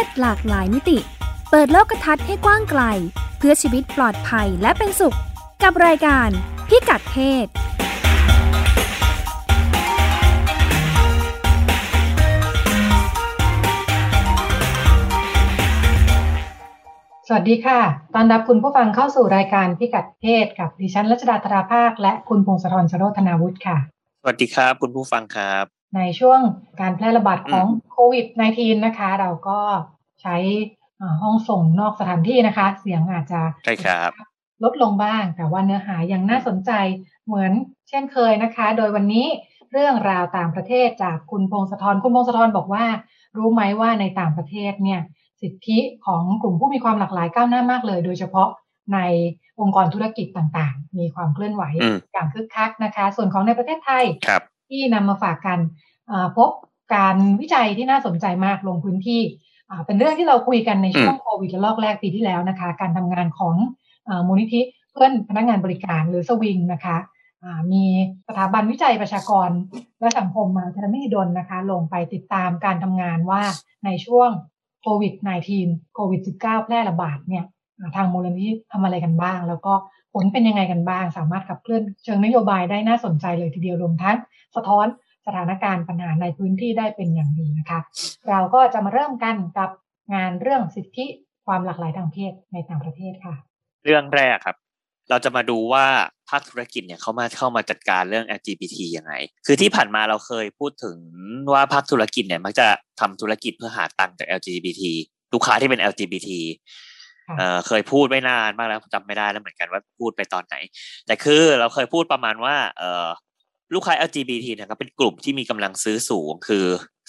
ศหลากหลายมิติเปิดโลกทัศน์ให้กว้างไกลเพื่อชีวิตปลอดภัยและเป็นสุขกับรายการพิกัดเพศสวัสดีค่ะต้อนรับคุณผู้ฟังเข้าสู่รายการพิกัดเพศกับดิฉันรัชดาธราภาคและคุณพงศธร ชโรธนาวุฒิค่ะสวัสดีครับคุณผู้ฟังครับในช่วงการแพร่ระบาดของโควิด -19 นะคะเราก็ใช้ห้องส่งนอกสถานที่นะคะเสียงอาจจะใช่ครับลดลงบ้างแต่ว่าเนื้อหายังน่าสนใจเหมือนเช่นเคยนะคะโดยวันนี้เรื่องราวต่างประเทศจากคุณพงศธรบอกว่ารู้ไหมว่าในต่างประเทศเนี่ยสิทธิของกลุ่มผู้มีความหลากหลายก้าวหน้ามากเลยโดยเฉพาะในองค์กรธุรกิจต่างๆมีความเคลื่อนไหวอย่างคึกคักนะคะส่วนของในประเทศไทยที่นำมาฝากกันพบการวิจัยที่น่าสนใจมากลงพื้นที่เป็นเรื่องที่เราคุยกันในช่วงโควิดระลอกแรกปีที่แล้วนะคะการทำงานของมูลนิธิเพื่อนพนักงานบริการหรือสวิงนะคะมีสถาบันวิจัยประชากรและสังคมมหาวิทยาลัยมหิดลนะคะลงไปติดตามการทำงานว่าในช่วงโควิด -19 โควิด -19 แพร่ระบาดเนี่ยทางมูลนิธิทำอะไรกันบ้างแล้วก็ผลเป็นยังไงกันบ้างสามารถขับเคลื่อนเชิงนโยบายได้น่าสนใจเลยทีเดียวรวมทั้งสะท้อนสถานการณ์ปัญหาในพื้นที่ได้เป็นอย่างดีนะคะเราก็จะมาเริ่มกันกับงานเรื่องสิทธิความหลากหลายทางเพศในต่างประเทศค่ะเรื่องแรกครับเราจะมาดูว่าภาคธุรกิจเนี่ยเข้ามาจัดการเรื่อง LGBT ยังไงคือที่ผ่านมาเราเคยพูดถึงว่าภาคธุรกิจเนี่ยมักจะทำธุรกิจเพื่อหาตังค์จาก LGBT ลูกค้าที่เป็น LGBT เคยพูดไม่นานมากแล้วจำไม่ได้แล้วเหมือนกันว่าพูดไปตอนไหนแต่คือเราเคยพูดประมาณว่าลูกค้า LGBT นะครับเป็นกลุ่มที่มีกำลังซื้อสูงคือ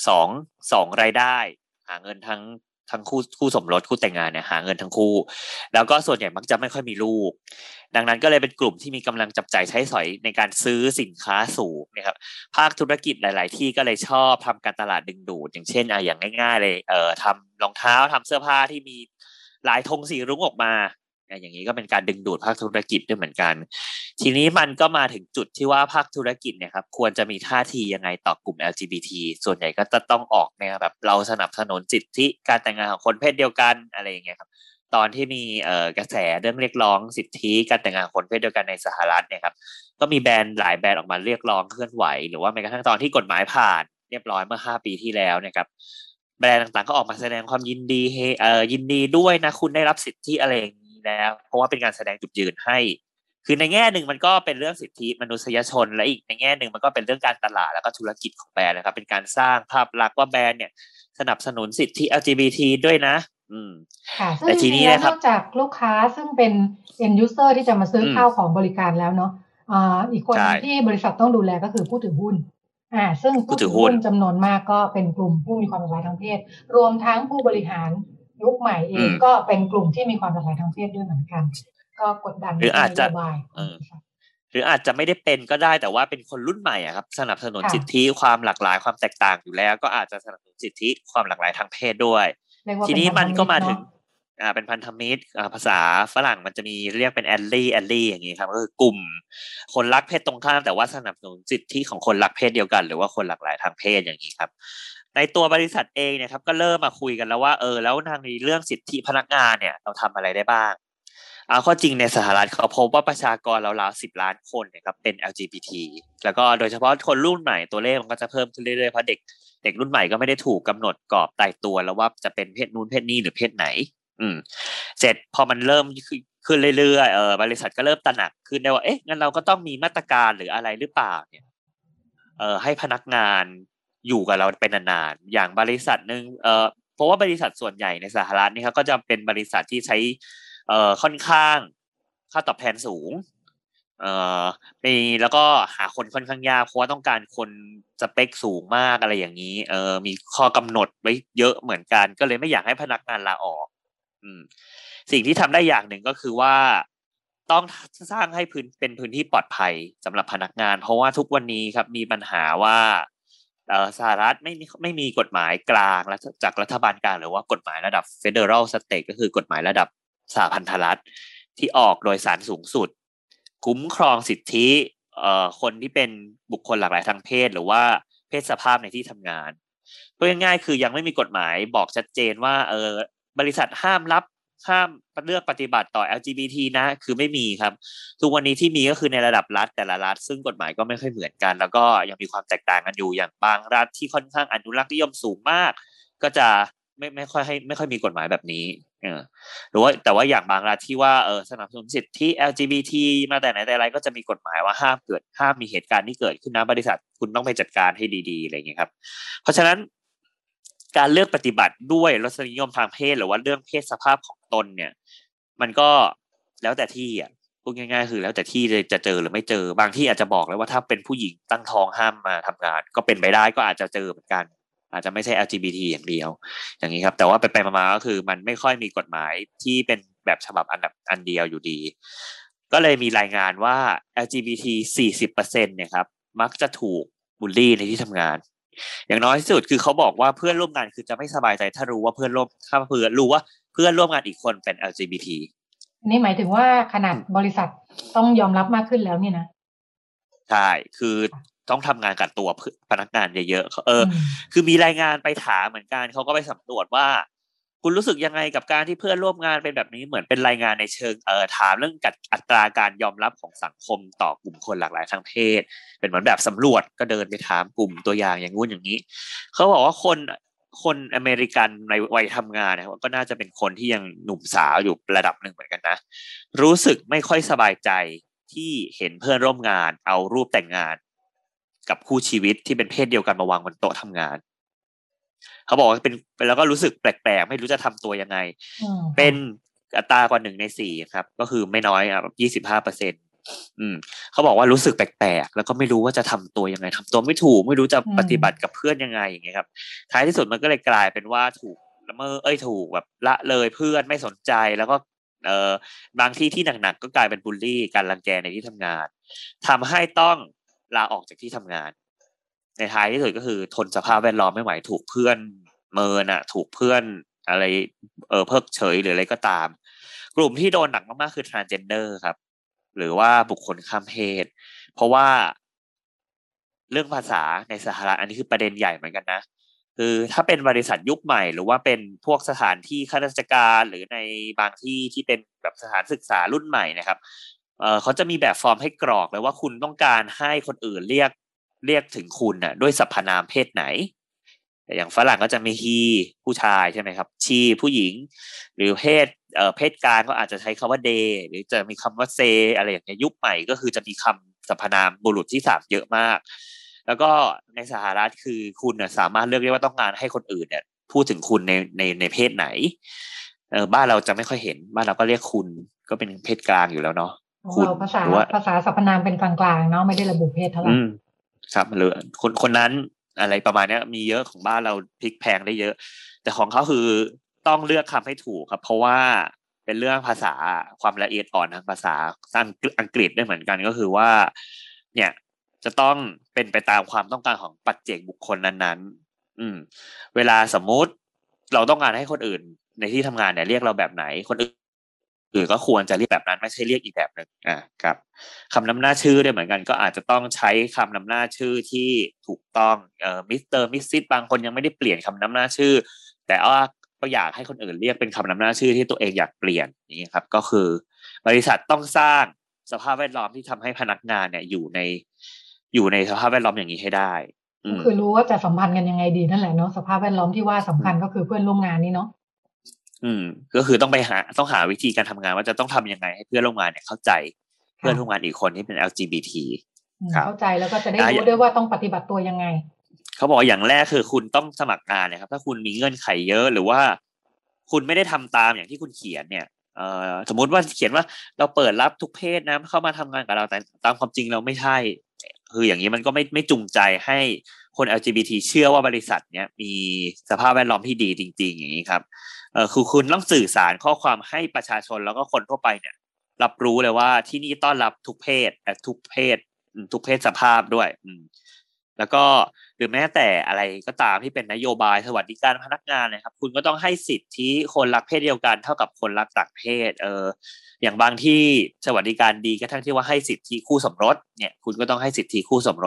2รายได้หาเงินทั้งคู่สมรสคู่แต่งงานเนี่ยหาเงินทั้งคู่แล้วก็ส่วนใหญ่มักจะไม่ค่อยมีลูกดังนั้นก็เลยเป็นกลุ่มที่มีกำลังจับจ่ายใช้สอยในการซื้อสินค้าสูงนะครับภาคธุรกิจหลายๆที่ก็เลยชอบทำการตลาดดึงดูดอย่างเช่นอย่างง่ายๆเลยทำรองเท้าทำเสื้อผ้าที่มีลายธงสีรุ้งออกมาอย่างนี้ก็เป็นการดึงดูดภาคธุรกิจด้วยเหมือนกันทีนี้มันก็มาถึงจุดที่ว่าภาคธุรกิจเนี่ยครับควรจะมีท่าทียังไงต่อกลุ่ม LGBT ส่วนใหญ่ก็จะต้องออกแนวแบบเราสนับสนุนสิทธิการแต่งงานของคนเพศเดียวกันอะไรอย่างเงี้ยครับตอนที่มีกระแสเรื่องเรียกร้องสิทธิการแต่งงานของคนเพศเดียวกันในสหรัฐเนี่ยครับก็มีแบรนด์หลายแบรนด์ออกมาเรียกร้องเคลื่อนไหวหรือว่าแม้กระทั่งตอนที่กฎหมายผ่านเรียบร้อยเมื่อ5 ปีที่แล้วนะครับแบรนด์ต่างๆก็ออกมาแสดงความยินดียินดีด้วยนะคุณได้รับสิทธิอะไรอย่างนี้แล้วเพราะว่าเป็นการแสดงจุดยืนให้คือในแง่หนึ่งมันก็เป็นเรื่องสิทธิมนุษยชนและอีกในแง่หนึ่งมันก็เป็นเรื่องการตลาดแล้วก็ธุรกิจของแบรนด์นะครับเป็นการสร้างภาพลักษณ์ว่าแบรนด์เนี่ยสนับสนุนสิทธิ LGBT ด้วยนะค่ะแต่ทีนี้นะครับนอกจากลูกค้าซึ่งเป็น end user ที่จะมาซื้อข้าวของบริการแล้วเนาะอีกคนที่บริษัทต้องดูแลก็คือผู้ถือหุ้นซึ่งผู้ถือหุ้นจำนวนมากก็เป็นกลุ่มผู้มีความหลากหลายทางเพศรวมทั้งผู้บริหารยุคใหม่เองก็เป็นกลุ่มที่มีความหลากหลายทางเพศด้วยเหมือนกันก็กดดันหรืออาจจะไม่ได้เป็นก็ได้แต่ว่าเป็นคนรุ่นใหม่อะครับสนับสนุนสิทธิความหลากหลายความแตกต่างอยู่แล้วก็อาจจะสนับสนุนสิทธิความหลากหลายทางเพศด้วยทีนี้มันก็มาถึงเป็นพันธมิตรภาษาฝรั่งมันจะมีเรียกเป็นแอลลี่อย่างงี้ครับก็คือกลุ่มคนรักเพศตรงข้ามแต่ว่าสนับสนุนสิทธิของคนรักเพศเดียวกันหรือว่าคนหลากหลายทางเพศอย่างนี้ครับในตัวบริษัทเองเนี่ยครับก็เริ่มมาคุยกันแล้วว่าแล้วทางในเรื่องสิทธิพนักงานเนี่ยเราทำอะไรได้บ้างข้อจริงในสหรัฐเขาพบว่าประชากรราวๆ10 ล้านคนเนี่ยครับเป็น LGBT แล้วก็โดยเฉพาะคนรุ่นใหม่ตัวเลขมันก็จะเพิ่มขึ้นเรื่อยๆเพราะเด็กรุ่นใหม่ก็ไม่ได้ถูกกำหนดกรอบตายตัวแล้วว่าจะเป็นเพศนู้นเพศนี้หรือเพศไหนเสร็จพอมันเริ่มขึ้นเรื่อยๆบริษัทก็เริ่มตระหนักขึ้นได้ว่างั้นเราก็ต้องมีมาตรการหรืออะไรหรือเปล่าเนี่ยให้พนักงานอยู่กับเราเป็นนานๆอย่างบริษัทนึงเพราะว่าบริษัทส่วนใหญ่ในสหรัฐนี่ครับก็จะเป็นบริษัทที่ใช้ค่อนข้างค่าตอบแทนสูงแล้วก็หาคนค่อนข้างยากเพราะว่าต้องการคนสเปคสูงมากอะไรอย่างนี้มีข้อกำหนดไว้เยอะเหมือนกันก็เลยไม่อยากให้พนักงานลาออกสิ่งที่ทำได้อย่างหนึ่งก็คือว่าต้องสร้างให้เป็นพื้นที่ปลอดภัยสำหรับพนักงานเพราะว่าทุกวันนี้ครับมีปัญหาว่าสหรัฐไม่มีกฎหมายกลางจากรัฐบาลกลางหรือว่ากฎหมายระดับ Federal State ก็คือกฎหมายระดับสหพันธรัฐที่ออกโดยศาลสูงสุดคุ้มครองสิทธิคนที่เป็นบุคคลหลากหลายทางเพศหรือว่าเพศสภาพในที่ทำงานพูดง่ายๆคือยังไม่มีกฎหมายบอกชัดเจนว่าบริษัทห้ามเลือกปฏิบัติต่อ LGBT นะคือไม่มีครับทุกวันนี้ที่มีก็คือในระดับรัฐแต่ละรัฐซึ่งกฎหมายก็ไม่ค่อยเหมือนกันแล้วก็ยังมีความแตกต่างกันอยู่อย่างบางรัฐที่ค่อนข้างอนุรักษ์นิยมสูงมากก็จะไม่ค่อยมีกฎหมายแบบนี้หรือว่าแต่ว่าอย่างบางรัฐที่ว่าสนับสนุนสิทธิ LGBT มาแต่ไหนแต่ไรก็จะมีกฎหมายว่าห้ามมีเหตุการณ์ที่เกิดขึ้นนะบริษัทคุณต้องไปจัดการให้ดีๆอะไรอย่างเงี้ยครับเพราะฉะนั้นการเลือกปฏิบัติด้วยรสนิยมทางเพศหรือว่าเรื่องเพศสภาพของตนเนี่ยมันก็แล้วแต่ที่พูดง่ายๆคือแล้วแต่ที่จะเจอหรือไม่เจอบางที่อาจจะบอกเลยว่าถ้าเป็นผู้หญิงตั้งท้องห้ามมาทำงานก็เป็นไปได้ก็อาจจะเจอเหมือนกันอาจจะไม่ใช่ LGBT อย่างเดียวอย่างนี้ครับแต่ว่าไปมาก็คือมันไม่ค่อยมีกฎหมายที่เป็นแบบฉบับอันเดียวอยู่ดีก็เลยมีรายงานว่า LGBT 40%เนี่ยครับมักจะถูกบูลลี่ในที่ทำงานอย่างน้อยที่สุดคือเขาบอกว่าเพื่อนร่วมงานคือจะไม่สบายใจถ้ารู้ว่าเพื่อนร่วมงานอีกคนเป็น LGBT นี่หมายถึงว่าขนาดบริษัทต้องยอมรับมากขึ้นแล้วเนี่ยนะใช่คือต้องทำงานกับตัวพนักงานเยอะๆคือมีรายงานไปถามเหมือนกันเขาก็ไปสำรวจว่าคุณรู้สึกยังไงกับการที่เพื่อนร่วมงานเป็นแบบนี้เหมือนเป็นรายงานในเชิงถามเรื่องอัตราการยอมรับของสังคมต่อกลุ่มคนหลากหลายทางเพศเป็นเหมือนแบบสำรวจก็เดินไปถามกลุ่มตัวอย่างอย่างงู้นอย่างนี้เขาบอกว่าคนอเมริกันในวัยทำงานนะครับก็น่าจะเป็นคนที่ยังหนุ่มสาวอยู่ระดับหนึ่งเหมือนกันนะรู้สึกไม่ค่อยสบายใจที่เห็นเพื่อนร่วมงานเอารูปแต่งงานกับคู่ชีวิตที่เป็นเพศเดียวกันมาวางบนโต๊ะทำงานเขาบอกว่าเป็นแล้วก็รู้สึกแปลกๆไม่รู้จะทำตัวยังไงเป็นอัตรากว่า1 ใน 4ครับก็คือไม่น้อย25%เขาบอกว่ารู้สึกแปลกๆแล้วก็ไม่รู้ว่าจะทำตัวยังไงทำตัวไม่ถูกไม่รู้จะปฏิบัติกับเพื่อนยังไงอย่างเงี้ยครับท้ายที่สุดมันก็เลยกลายเป็นว่าถูกละเมอถูกแบบละเลยเพื่อนไม่สนใจแล้วก็บางที่หนักๆก็กลายเป็นบูลลี่การรังแกในที่ทำงานทำให้ต้องลาออกจากที่ทำงานในท้ายที่สุดก็คือทนสภาพแวดล้อมไม่ไหวถูกเพื่อนถูกเพื่อนอะไรเพิกเฉยหรืออะไรก็ตามกลุ่มที่โดนหนักมากๆคือ transgender ครับหรือว่าบุคคลข้ามเพศเพราะว่าเรื่องภาษาในสหรัฐอันนี้คือประเด็นใหญ่เหมือนกันนะคือถ้าเป็นบริษัทยุคใหม่หรือว่าเป็นพวกสถานที่ข้าราชการหรือในบางที่ที่เป็นแบบสถานศึกษารุ่นใหม่นะครับเขาจะมีแบบฟอร์มให้กรอกเลยว่าคุณต้องการให้คนอื่นเรียกถึงคุณน่ะด้วยสรรพนามเพศไหนอย่างฝรั่งก็จะมี he ผู้ชายใช่ไหมครับ she ผู้หญิงหรือเพศกลางก็อาจจะใช้คำว่า they หรือจะมีคำว่า they อะไรอย่างเงี้ยยุคใหม่ก็คือจะมีคำสรรพนามบุรุษที่3เยอะมากแล้วก็ในสหรัฐคือคุณสามารถเลือกได้ว่าต้องการให้คนอื่นเนี่ยพูดถึงคุณในเพศไหนบ้านเราจะไม่ค่อยเห็นบ้านเราก็เรียกคุณก็เป็นเพศกลางอยู่แล้วเนาะคุณภาษาสรรพนามเป็นกลางๆเนาะไม่ได้ระบุเพศเท่าไหร่ครับหรือคนนั้นอะไรประมาณนี้มีเยอะของบ้านเราพลิกแพงได้เยอะแต่ของเขาคือต้องเลือกคำให้ถูกครับเพราะว่าเป็นเรื่องภาษาความละเอียดอ่อนทางภาษาอังกฤษได้เหมือนกันก็คือว่าเนี่ยจะต้องเป็นไปตามความต้องการของปัจเจกบุคคลนั้นๆเวลาสมมุติเราต้องการให้คนอื่นในที่ทำงานเนี่ยเรียกเราแบบไหนคนอื่นก็ควรจะเรียกแบบนั้นไม่ใช่เรียกอีกแบบนึงครับคำนำหน้าชื่อได้เหมือนกันก็อาจจะต้องใช้คำนำหน้าชื่อที่ถูกต้องมิสเตอร์มิสซิสบางคนยังไม่ได้เปลี่ยนคำนำหน้าชื่อแต่ว่าก็อยากให้คนอื่นเรียกเป็นคำนำหน้าชื่อที่ตัวเองอยากเปลี่ยนอย่างนี้ครับก็คือบริษัทต้องสร้างสภาพแวดล้อมที่ทำให้พนักงานเนี่ยอยู่ในสภาพแวดล้อมอย่างนี้ให้ได้ก็คือรู้ว่าจะสัมพันธ์กันยังไงดีนั่นแหละเนาะสภาพแวดล้อมที่ว่าสำคัญก็คือเพื่อนร่วมงานนี่เนาะก็คือต้องหาวิธีการทำงานว่าจะต้องทำยังไงให้เพื่อนร่วมงานเนี่ยเข้าใจเพื่อนร่วมงานอีกคนที่เป็น LGBT เข้าใจแล้วก็จะได้รู้ด้วยว่าต้องปฏิบัติตัวยังไงเขาบอกอย่างแรกคือคุณต้องสมัครงานเนี่ยครับถ้าคุณมีเงื่อนไขเยอะหรือว่าคุณไม่ได้ทำตามอย่างที่คุณเขียนเนี่ยสมมุติว่าเขียนว่าเราเปิดรับทุกเพศนะเข้ามาทำงานกับเราแต่ตามความจริงเราไม่ใช่คืออย่างนี้มันก็ไม่จูงใจให้คน LGBT เชื่อว่าบริษัทเนี้ยมีสภาพแวดล้อมที่ดีจริงๆอย่างนี้ครับคือคุณต้องสื่อสารข้อความให้ประชาชนแล้วก็คนทั่วไปเนี่ยรับรู้เลยว่าที่นี่ต้อนรับทุกเพศทุกเพศสภาพด้วยแล้วก็หรือแม้แต่อะไรก็ตามที่เป็นนโยบายสวัสดิการพนักงานนะครับคุณก็ต้องให้สิทธิคนรักเพศเดียวกันเท่ากับคนรักต่างเพศอย่างบางที่สวัสดิการดีกระทั่งที่ว่าให้สิทธิคู่สมรสเนี่ยคุณก็ต้องให้สิทธิคู่สมรส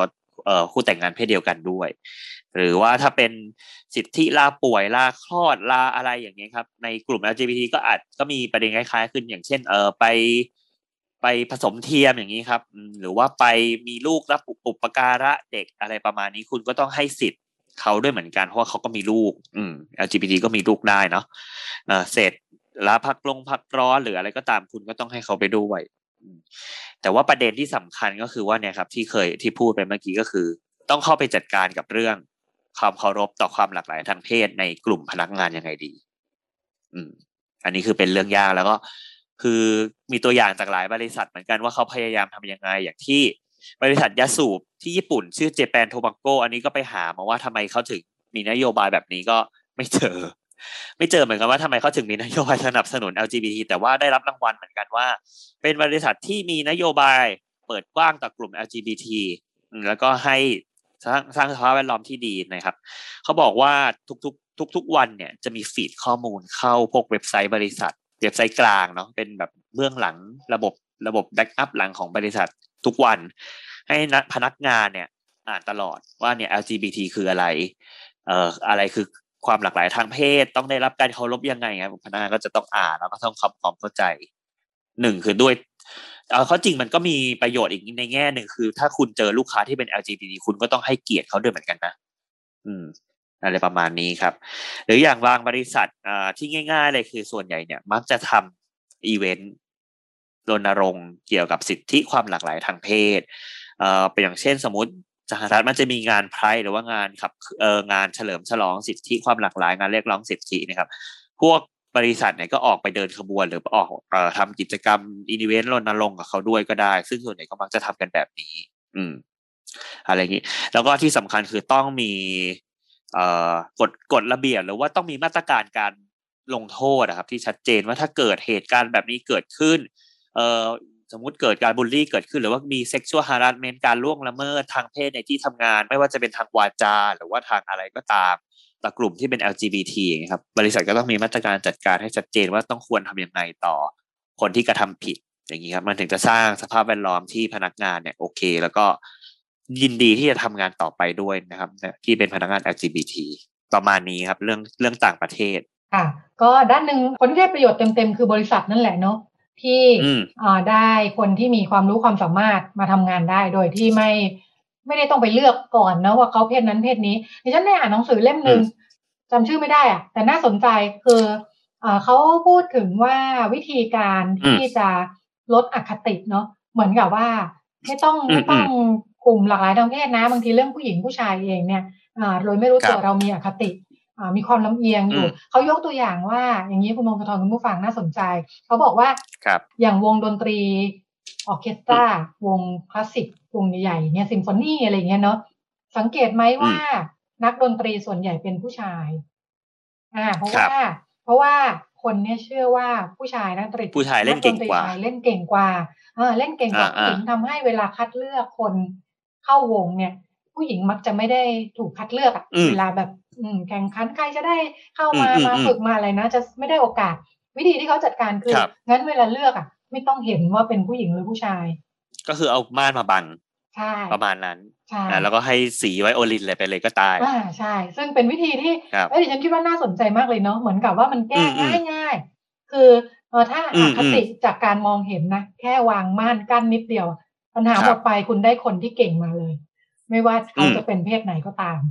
คู่แต่งงานเพศเดียวกันด้วยหรือว่าถ้าเป็นสิทธิลาป่วยลาคลอดลาอะไรอย่างเงี้ยครับในกลุ่ม LGBT ก็มีประเด็นคล้ายๆขึ้นอย่างเช่นไปผสมเทียมอย่างนี้ครับหรือว่าไปมีลูกรับอุปการะเด็กอะไรประมาณนี้คุณก็ต้องให้สิทธิ์เขาด้วยเหมือนกันเพราะว่าเขาก็มีลูกLGBT ก็มีลูกได้เนาะเสร็จลาพักร้อนหรืออะไรก็ตามคุณก็ต้องให้เขาไปด้วยแต่ว่าประเด็นที่สำคัญก็คือว่าเนี่ยครับที่พูดไปเมื่อกี้ก็คือต้องเข้าไปจัดการกับเรื่องความเคารพต่อความหลากหลายทางเพศในกลุ่มพนักงานยังไงดีอันนี้คือเป็นเรื่องยากแล้วก็คือมีตัวอย่างจากหลายบริษัทเหมือนกันว่าเขาพยายามทำยังไงอย่างที่บริษัทยาสูบที่ญี่ปุ่นชื่อ Japan Tobacco อันนี้ก็ไปหามาว่าทำไมเขาถึงมีนโยบายแบบนี้ก็ไม่เจอเหมือนกันว่าทำไมเขาถึงมีนโยบายสนับสนุน LGBT แต่ว่าได้รับรางวัลเหมือนกันว่าเป็นบริษัทที่มีนโยบายเปิดกว้างต่อกลุ่ม LGBT แล้วก็ให้สร้างสภาพแวดล้อมที่ดีนะครับเขาบอกว่าทุกวันเนี่ยจะมีฟีดข้อมูลเข้าพวกเว็บไซต์บริษัทเว็บไซต์กลางเนาะเป็นแบบเบื้องหลังระบบแบ็กอัพหลังของบริษัททุกวันให้พนักงานเนี่ยอ่านตลอดว่าเนี่ย LGBT คืออะไรอะไรคือความหลากหลายทางเพศต้องได้รับการเคารพยังไงครับพนักงานก็จะต้องอ่านแล้วก็ต้องทำความเข้าใจหนึ่งคือด้วยข้อจริงมันก็มีประโยชน์อีกในแง่หนึ่งคือถ้าคุณเจอลูกค้าที่เป็น LGBT คุณก็ต้องให้เกียรติเขาด้วยเหมือนกันนะอะไรประมาณนี้ครับหรืออย่างบางบริษัทที่ง่ายๆเลยคือส่วนใหญ่เนี่ยมักจะทำอีเวนต์รณรงค์เกี่ยวกับสิทธิความหลากหลายทางเพศเป็นอย่างเช่นสมมุติสหรัฐมันจะมีงานไพร์หรือว่างานงานเฉลิมฉลองสิทธิความหลากหลายงานเรียกร้องสิทธินะครับพวกบริษัทเนี่ยก็ออกไปเดินขบวนหรือออกทำกิจกรรมอีเวนต์รณรงค์กับเขาด้วยก็ได้ซึ่งส่วนใหญ่ก็มักจะทำกันแบบนี้อะไรอย่างนี้แล้วก็ที่สำคัญคือต้องมีกฎระเบียบหรือว่าต้องมีมาตรการการลงโทษนะครับที่ชัดเจนว่าถ้าเกิดเหตุการณ์แบบนี้เกิดขึ้นสมมุติเกิดการบูลลี่เกิดขึ้นหรือว่ามี sexual harassment การล่วงละเมิดทางเพศในที่ทำงานไม่ว่าจะเป็นทางวาจาหรือว่าทางอะไรก็ตามต่อกลุ่มที่เป็น LGBT ครับบริษัทก็ต้องมีมาตรการจัดการให้ชัดเจนว่าต้องควรทำยังไงต่อคนที่กระทำผิดอย่างนี้ครับมันถึงจะสร้างสภาพแวดล้อมที่พนักงานเนี่ยโอเคแล้วก็ยินดีที่จะทำงานต่อไปด้วยนะครับที่เป็นพนักงาน LGBT ประมาณนี้ครับเรื่องต่างประเทศค่ะก็ด้านหนึ่งคนที่ได้ประโยชน์เต็มๆคือบริษัทนั่นแหละเนาะที่ได้คนที่มีความรู้ความสามารถมาทำงานได้โดยที่ไม่ได้ต้องไปเลือกก่อนนะว่าเขาเพศนั้นเพศนี้ดิฉันได้อ่านหนังสือเล่มนึงจำชื่อไม่ได้อะแต่น่าสนใจคือเขาพูดถึงว่าวิธีการที่จะลดอคติเนาะเหมือนกับว่าไม่ต้องกลุ่มหลากหลายทางเพศนะบางทีเรื่องผู้หญิงผู้ชายเองเนี่ยโดยไม่รู้ตัวเรามีอคติมีความลำเอียงอยู่เขายกตัวอย่างว่าอย่างนี้คุณมงคลคุณผู้ฟังน่าสนใจเขาบอกว่าอย่างวงดนตรีออร์เคสตราวงคลาสสิกวงใหญ่ๆเนี่ยซิมโฟนีอะไรเงี้ยเนาะสังเกตไหมว่านักดนตรีส่วนใหญ่เป็นผู้ชายเพราะว่าคนเนี่ยเชื่อว่าผู้ชายนักดนตรีผู้ชายเล่นเก่งกว่าเล่นเก่งกว่าเล่นเก่งกว่าผู้หญิงทำให้เวลาคัดเลือกคนเข้าวงเนี่ยผู้หญิงมักจะไม่ได้ถูกคัดเลือกเวลาแบบแข่งขันใครจะได้เข้ามาฝึกมาอะไรนะจะไม่ได้โอกาสวิธีที่เขาจัดการคืองั้นเวลาเลือกไม่ต้องเห็นว่าเป็นผู้หญิงหรือผู้ชายก็คือเอาม่านมาบังประมาณนั้นแล้วก็ให้สีไวโอลินเลยไปเลยก็ตายใช่ซึ่งเป็นวิธีที่ดิฉันคิดว่าน่าสนใจมากเลยเนาะเหมือนกับว่ามันแก้ง่ายๆคือถ้าอคติจากการมองเห็นนะแค่วางม่านกั้นนิดเดียวปัญหาหมดไปคุณได้คนที่เก่งมาเลยไม่ว่าเขาจะเป็นเพศไหนก็ตาม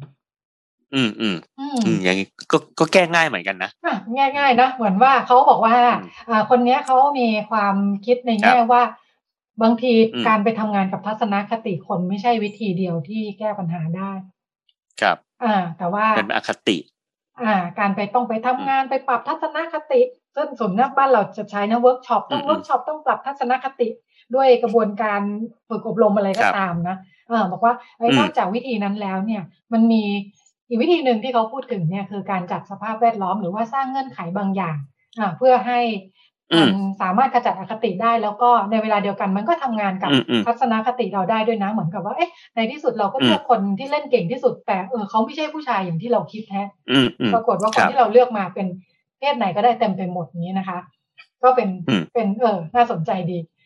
อย่างนี้ก็แก้ง่ายเหมือนกันนะง่ายนะเหมือนว่าเขาบอกว่าคนนี้เขามีความคิดในแง่ว่าบางทีการไปทำงานกับทัศนคติคนไม่ใช่วิธีเดียวที่แก้ปัญหาได้ครับแต่ว่าเป็นอคติการต้องไปทำงานไปปรับทัศนคติซึ่งส่วนมากบ้านเราจะใช้นะเวิร์กช็อปต้องปรับทัศนคติด้วยกระบวนการฝึกอบรมอะไรก็ตามนะบอกว่านอกจากวิธีนั้นแล้วเนี่ยมันมีอีกวิธีหนึ่งที่เขาพูดถึงเนี่ยคือการจัดสภาพแวดล้อมหรือว่าสร้างเงื่อนไขบางอย่างเพื่อให้มันสามารถขจัดอคติได้แล้วก็ในเวลาเดียวกันมันก็ทำงานกับทัศนคติเราได้ด้วยนะเหมือนกับว่าในที่สุดเราก็เลือกคนที่เล่นเก่งที่สุดแต่เขาไม่ใช่ผู้ชายอย่างที่เราคิดแท้ปรากฏว่าคนที่เราเลือกมาเป็นเพศไหนก็ได้เต็มไปหมดนี้นะคะก็เป็นน่าสนใจดี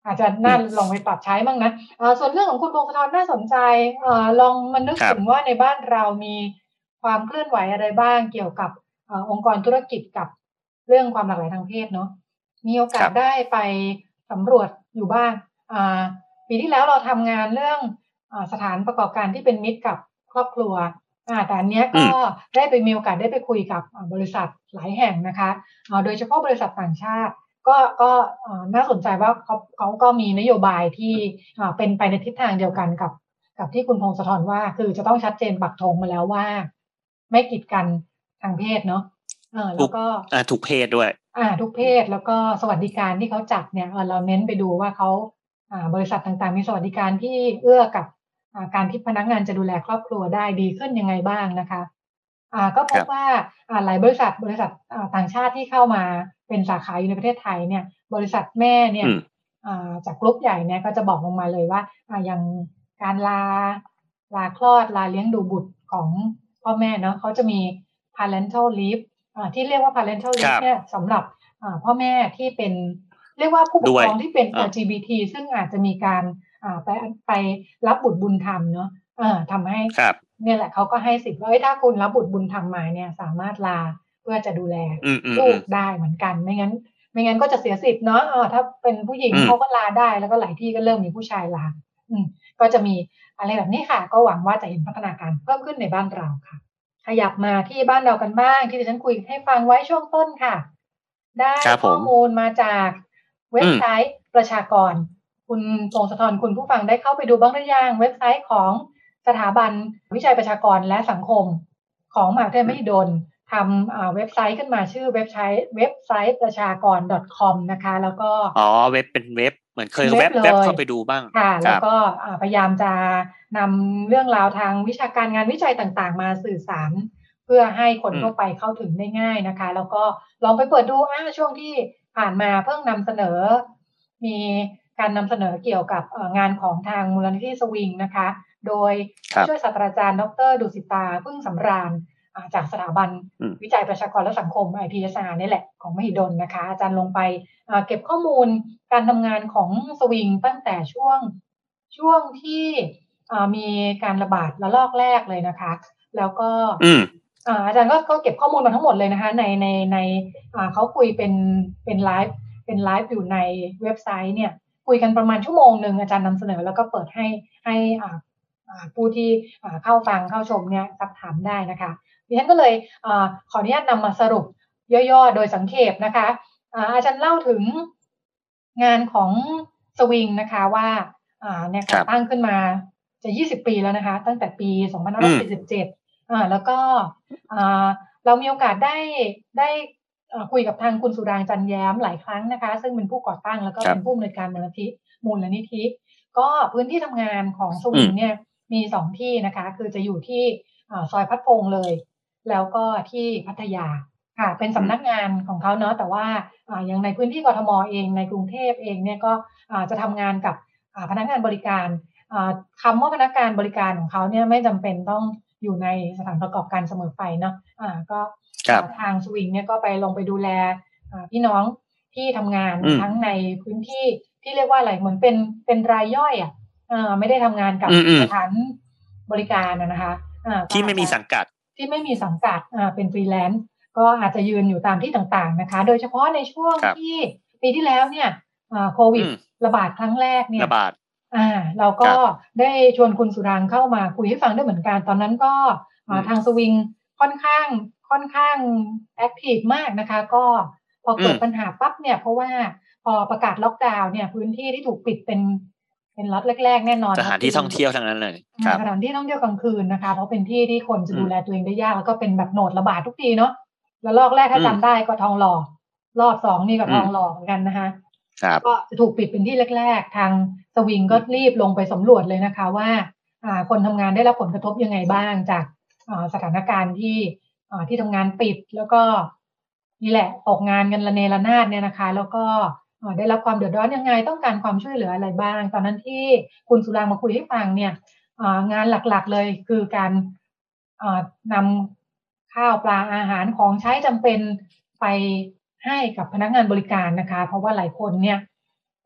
อาจจะน่าลองไปปรับใช้บ้างนะส่วนเรื่องของคุณพงศธรน่าสนใจลองมานึกถึงว่าในบ้านเรามีความเคลื่อนไหวอะไรบ้างเกี่ยวกับองค์กรธุรกิจกับเรื่องความหลากหลายทางเพศเนาะมีโอกาสได้ไปสำรวจอยู่บ้างปีที่แล้วเราทำงานเรื่องสถานประกอบการที่เป็นมิตรกับครอบครัวแต่อันเนี้ยก็ได้ไปมีโอกาสได้ไปคุยกับบริษัทหลายแห่งนะคะโดยเฉพาะบริษัทต่างชาติก็น่าสนใจว่าเขาก็มีนโยบายที่เป็นไปในทิศทางเดียวกันกับที่คุณพงศธรว่าคือจะต้องชัดเจนปักธงมาแล้วว่าไม่กีดกันทางเพศเนาะแล้วก็ทุกเพศด้วยทุกเพศแล้วก็สวัสดิการที่เขาจัดเนี่ยเราเน้นไปดูว่าเขาบริษัทต่างๆมีสวัสดิการที่เอื้อกับการที่พนักงานจะดูแลครอบครัวได้ดีขึ้นยังไงบ้างนะคะก็พบว่าหลายบริษัทต่างชาติที่เข้ามาเป็นสาขาอยู่ในประเทศไทยเนี่ยบริษัทแม่เนี่ยจากกลุ่มใหญ่เนี่ยก็จะบอกลงมาเลยว่าอย่างการลาคลอดลาเลี้ยงดูบุตรของพ่อแม่เนาะเขาจะมี parental leave ที่เรียกว่า parental leave เนี่ยสำหรับพ่อแม่ที่เป็นเรียกว่าผู้ปกครองที่เป็น LGBT ซึ่งอาจจะมีการไปรับบุตรบุญธรรมเนาะทำให้เนี่ยแหละเขาก็ให้สิทธิ์ว่าถ้าคุณรับบุตรบุญธรรมมาเนี่ยสามารถลาเพื่อจะดูแลลูกได้เหมือนกันไม่งั้นก็จะเสียสิทธิ์เนาะถ้าเป็นผู้หญิงเขาก็ลาได้แล้วก็หลายที่ก็เริ่มมีผู้ชายลาก็จะมีอะไรแบบนี้ค่ะก็หวังว่าจะเห็นพัฒนาการเพิ่มขึ้นในบ้านเราค่ะขยับมาที่บ้านเรากันบ้างที่ดิฉันคุยให้ฟังไว้ช่วงต้นค่ะได้ข้อมูลมาจากเว็บไซต์ประชากรคุณพงศธรคุณผู้ฟังได้เข้าไปดูบ้างหรือยังเว็บไซต์ของสถาบันวิจัยประชากรและสังคมของมหาวิทยาลัยมหิดลทำเว็บไซต์ขึ้นมาชื่อเว็บไซต์ประชากร .com นะคะแล้วก็เว็บเป็นเว็บเหมือนเคยเว็บเข้าไปดูบ้างค่ะแล้วก็พยายามจะนำเรื่องราวทางวิชาการงานวิจัยต่างๆมาสื่อสารเพื่อให้คนทั่วไปเข้าถึงได้ง่ายนะคะแล้วก็ลองไปเปิดดูช่วงที่ผ่านมาเพิ่งนำเสนอมีการนำเสนอเกี่ยวกับงานของทางมูลนิธิสวิงนะคะโดยช่วยศาสตราจารย์ดร.ดุสิตาพึ่งสำราญจากสถาบันวิจัยประชากรและสังคม IPSR นี่แหละของมหิดลนะคะอาจารย์ลงไปเก็บข้อมูลการทำงานของสวิงตั้งแต่ช่วงที่มีการระบาดระลอกแรกเลยนะคะแล้วก็อาจารย์ก็เก็บข้อมูลมาทั้งหมดเลยนะคะในเขาคุยเป็นไลฟ์อยู่ในเว็บไซต์เนี่ยคุยกันประมาณชั่วโมงนึงอาจารย์นำเสนอแล้วก็เปิดให้ผู้ที่เข้าฟังเข้าชมเนี่ยซักถามได้นะคะดิฉันก็เลยขออนุญาตนำมาสรุปย่อๆโดยสังเขปนะคะอาจารย์เล่าถึงงานของสวิงนะคะว่าเนี่ยก่อตั้งขึ้นมาจะ20 ปีแล้วนะคะตั้งแต่ปี2547แล้วก็เรามีโอกาสได้คุยกับทางคุณสุรางค์จันแย้มหลายครั้งนะคะซึ่งเป็นผู้ก่อตั้งแล้วก็เป็นผู้อำนวยการมูลนิธิก็พื้นที่ทำงานของสวิงเนี่ยมี2ที่นะคะคือจะอยู่ที่ซอยพัดพงษ์เลยแล้วก็ที่พัทยาค่ะเป็นสำนักงานของเขาเนาะแต่ว่าอย่างในพื้นที่กทมเองในกรุงเทพเองเนี่ยก็จะทำงานกับพนักงานบริการคำว่าพนักงานบริการของเขาเนี่ยไม่จำเป็นต้องอยู่ในสถานประกอบการเสมอไปเนาะก็ทางสวิงเนี่ยก็ไปลงไปดูแลพี่น้องที่ทำงานทั้งในพื้นที่ที่เรียกว่าอะไรเหมือนเป็นรายย่อยไม่ได้ทำงานกับสถานบริการนะคะที่ไม่มีสังกัดเป็นฟรีแลนซ์ก็อาจจะยืนอยู่ตามที่ต่างๆนะคะโดยเฉพาะในช่วงที่ปีที่แล้วเนี่ยโควิดระบาดครั้งแรกเนี่ยเราก็ได้ชวนคุณสุรางค์เข้ามาคุยให้ฟังด้วยเหมือนกันตอนนั้นก็ทางสวิงค่อนข้างแอคทีฟมากนะคะก็พอเกิดปัญหาปั๊บเนี่ยเพราะว่าพอประกาศล็อกดาวน์เนี่ยพื้นที่ที่ถูกปิดเป็นล็อตแรกๆแน่นอนสถานที่ท่องเที่ยวทั้งนั้นเลยสถานที่ท่องเที่ยวกลางคืนนะคะเพราะเป็นที่ที่คนจะดูแลตัวเองได้ยากแล้วก็เป็นแบบโหนดระบาดทุกทีเนาะแล้วรอบแรกถ้าจำได้ก็ทองหล่อรอบ2นี่ก็ทองหล่อเหมือนกันนะคะก็จะถูกปิดเป็นที่แรกๆทางสวิงก็รีบลงไปสำรวจเลยนะคะว่าคนทำงานได้รับผลกระทบยังไงบ้างจากสถานการณ์ที่ทำงานปิดแล้วก็นี่แหละตกงานกันระเนระนาดเนี่ยนะคะแล้วก็ได้รับความเดือดร้อนยังไงต้องการความช่วยเหลืออะไรบ้างตอนนั้นที่คุณสุรางค์มาคุยให้ฟังเนี่ยงานหลักๆเลยคือการนำข้าวปลาอาหารของใช้จำเป็นไปให้กับพนักงานบริการนะคะเพราะว่าหลายคนเนี่ย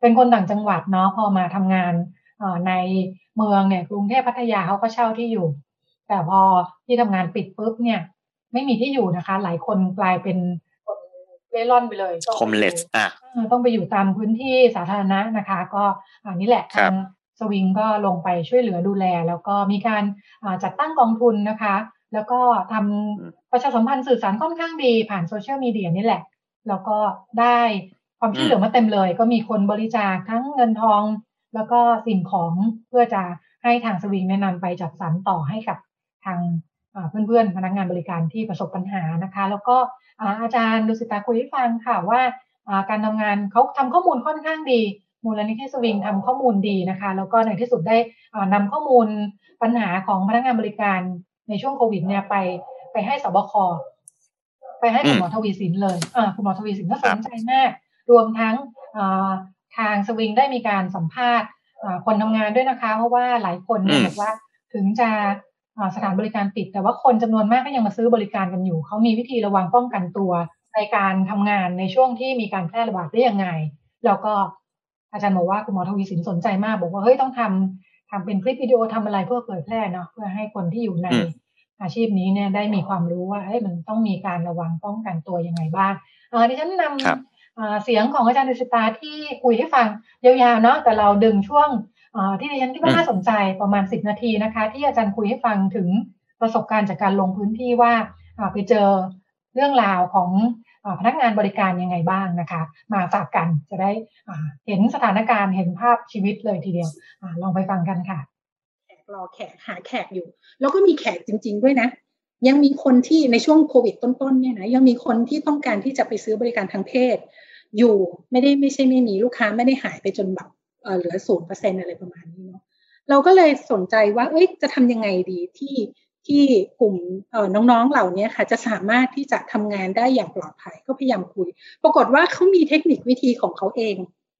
เป็นคนต่างจังหวัดเนาะพอมาทำงานในเมืองเนี่ยกรุงเทพพัทยาเขาก็เช่าที่อยู่แต่พอที่ทำงานปิดปุ๊บเนี่ยไม่มีที่อยู่นะคะหลายคนกลายเป็นคนเร่ร่อนไปเลยต้องไปอยู่ตามพื้นที่สาธารณะนะคะก็นี่แหละทางสวิงก็ลงไปช่วยเหลือดูแลแล้วก็มีการจัดตั้งกองทุนนะคะแล้วก็ทำประชาสัมพันธ์สื่อสารค่อนข้างดีผ่านโซเชียลมีเดียนี่แหละแล้วก็ได้ความช่วยเหลือมาเต็มเลยก็มีคนบริจาคทั้งเงินทองแล้วก็สิ่งของเพื่อจะให้ทางสวิงแนะนำไปจัดสรรต่อให้กับทางเพื่อนๆพนักงานบริการที่ประสบปัญหานะคะแล้วก็อาจารย์ดุสิตาคุยให้ฟังค่ะว่าการทำงานเขาทำข้อมูลค่อนข้างดีมูลนิธิสวิงทำข้อมูลดีนะคะแล้วก็ในที่สุดได้นำข้อมูลปัญหาของพนักงานบริการในช่วงโควิดเนี่ยไปให้สบคไปให้คุณหมอทวีสินเลยคุณหมอทวีสินก็สนใจมากรวมทั้งทางสวิงได้มีการสัมภาษณ์คนทำงานด้วยนะคะเพราะว่าหลายคนเนี่ยบอกว่าถึงจะสถานบริการปิดแต่ว่าคนจำนวนมากก็ยังมาซื้อบริการกันอยู่เขามีวิธีระวังป้องกันตัวในการทำงานในช่วงที่มีการแพร่ระบาดได้ยังไงแล้วก็อาจารย์บอกว่าคุณหมอทวีสินสนใจมากบอกว่าเฮ้ยต้องทำเป็นคลิปวิดีโอทำอะไรเพื่อเผยแพร่เนาะเพื่อให้คนที่อยู่ในอาชีพนี้เนี่ยได้มีความรู้ว่ามันต้องมีการระวังป้องกันตัวยังไงบ้างดิฉันนำเสียงของอาจารย์ดุสิตาที่คุยให้ฟังยาวๆเนาะแต่เราดึงช่วงที่ดิฉันคิดว่าน่าสนใจประมาณ10 นาทีนะคะที่อาจารย์คุยให้ฟังถึงประสบการณ์จากการลงพื้นที่ว่าไปเจอเรื่องราวของพนักงานบริการยังไงบ้างนะคะมาฝากกันจะได้เห็นสถานการณ์เห็นภาพชีวิตเลยทีเดียวลองไปฟังกันค่ะรอแขกหาแขกอยู่แล้วก็มีแขกจริงๆด้วยนะยังมีคนที่ในช่วงโควิดต้นๆเนี่ยนะยังมีคนที่ต้องการที่จะไปซื้อบริการทางเพศอยู่ไม่ใช่ไม่มีลูกค้าไม่ได้หายไปจนแบบเหลือ 0% อะไรประมาณนี้เนาะเราก็เลยสนใจว่าจะทำยังไงดีที่กลุ่มน้องๆเหล่านี้ค่ะจะสามารถที่จะทำงานได้อย่างปลอดภัยก็พยายามคุยปรากฏว่าเขามีเทคนิควิธีของเขาเอง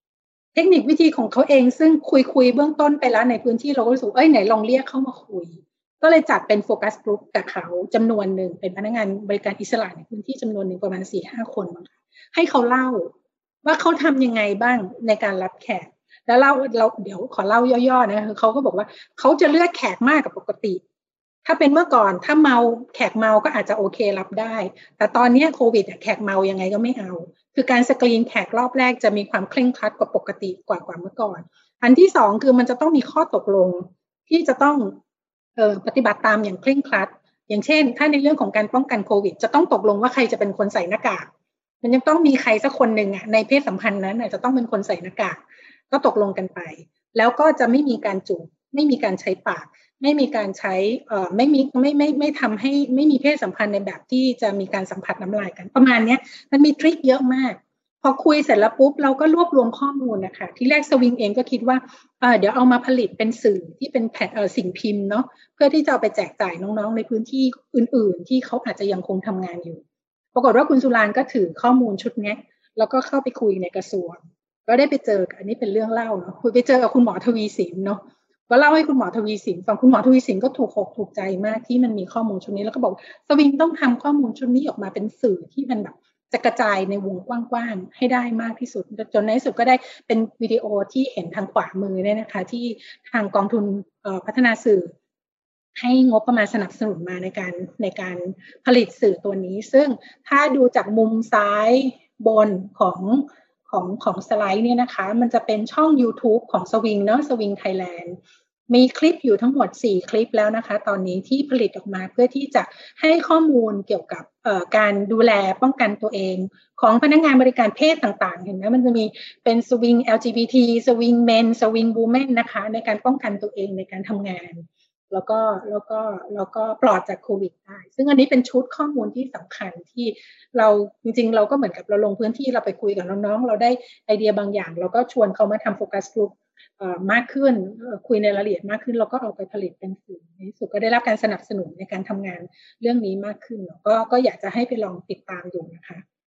ซึ่งคุยเบื้องต้นไปแล้วในพื้นที่เราก็รู้สึกไหนลองเรียกเข้ามาคุยก็เลยจัดเป็นโฟกัสกลุ่มกับเขาจำนวนหนึ่งเป็นพนักงานบริการอิสระในพื้นที่จำนวนหนึ่งประมาณ 4-5 คนมั้งให้เขาเล่าว่าเขาทำยังไงบ้างในการรับแขกแล้วเราเดี๋ยวขอเล่าย่อๆนะคือเขาก็บอกว่าเขาจะเลือกแขกมากกว่าปกติถ้าเป็นเมื่อก่อนถ้าแขกเมาก็อาจจะโอเครับได้แต่ตอนนี้โควิดแขกเมายังไงก็ไม่เอาคือการสกรีนแขกรอบแรกจะมีความเคร่งครัดกว่าปกติกว่าเมื่อก่อนอันที่สองคือมันจะต้องมีข้อตกลงที่จะต้องปฏิบัติตามอย่างเคร่งครัดอย่างเช่นถ้าในเรื่องของการป้องกันโควิดจะต้องตกลงว่าใครจะเป็นคนใส่หน้ากากมันยังต้องมีใครสักคนหนึ่งในเพศสัมพันธ์นั้นจะต้องเป็นคนใส่หน้ากากก็ตกลงกันไปแล้วก็จะไม่มีการจูบไม่มีการใช้ปากไม่มีการใช้ไม่ทำให้ไม่มีเพศสัมพันธ์ในแบบที่จะมีการสัมผัสน้ำลายกันประมาณนี้มันมีทริคเยอะมากพอคุยเสร็จแล้วปุ๊บเราก็รวบรวมข้อมูลนะคะที่แรกสวิงเองก็คิดว่าเดี๋ยวเอามาผลิตเป็นสื่อที่เป็นแผ่นสิ่งพิมพ์เนาะเพื่อที่จะเอาไปแจกจ่ายน้องๆในพื้นที่อื่นๆที่เขาอาจจะยังคงทำงานอยู่ปรากฏว่าคุณสุรานก็ถือข้อมูลชุดนี้แล้วก็เข้าไปคุยในกระทรวงก็ได้ไปเจออันนี้เป็นเรื่องเล่าเนาะคุยไปเจอกับคุณหมอทวีสินเนาะก็เล่าให้คุณหมอทวีสินฟังคุณหมอทวีสินก็ถูกใจมากที่มันมีข้อมูลชุดนี้แล้วก็บอกสวิงต้องทำข้อมูลชุดนี้ออกมาเป็นสื่อที่มันแบบจะกระจายในวงกว้างๆให้ได้มากที่สุดจนในที่สุดก็ได้เป็นวิดีโอที่เห็นทางขวามือเนี่ยนะคะที่ทางกองทุนพัฒนาสื่อให้งบประมาณสนับสนุนมาในการผลิตสื่อตัวนี้ซึ่งถ้าดูจากมุมซ้ายบนของสไลด์เนี่ยนะคะมันจะเป็นช่อง YouTube ของสวิงเนาะสวิงไทยแลนด์มีคลิปอยู่ทั้งหมด4คลิปแล้วนะคะตอนนี้ที่ผลิตออกมาเพื่อที่จะให้ข้อมูลเกี่ยวกับการดูแลป้องกันตัวเองของพนักงานบริการเพศต่างๆเห็นไหมมันจะมีเป็นสวิง LGBT สวิง Men สวิง Women นะคะในการป้องกันตัวเองในการทำงานแล้วก็ปลอดจากโควิดได้ซึ่งอันนี้เป็นชุดข้อมูลที่สำคัญที่เราจริงๆเราก็เหมือนกับเราลงพื้นที่เราไปคุยกับน้องๆเราได้ไอเดียบางอย่างเราก็ชวนเขามาทำโฟกัสกลุ่มมากขึ้นคุยในรายละเอียดมากขึ้นเราก็เอาไปผลิตเป็นสื่อในที่สุดก็ได้รับการสนับสนุนในการทำงานเรื่องนี้มากขึ้นก็อยากจะให้ไปลองติดตามดูนะคะ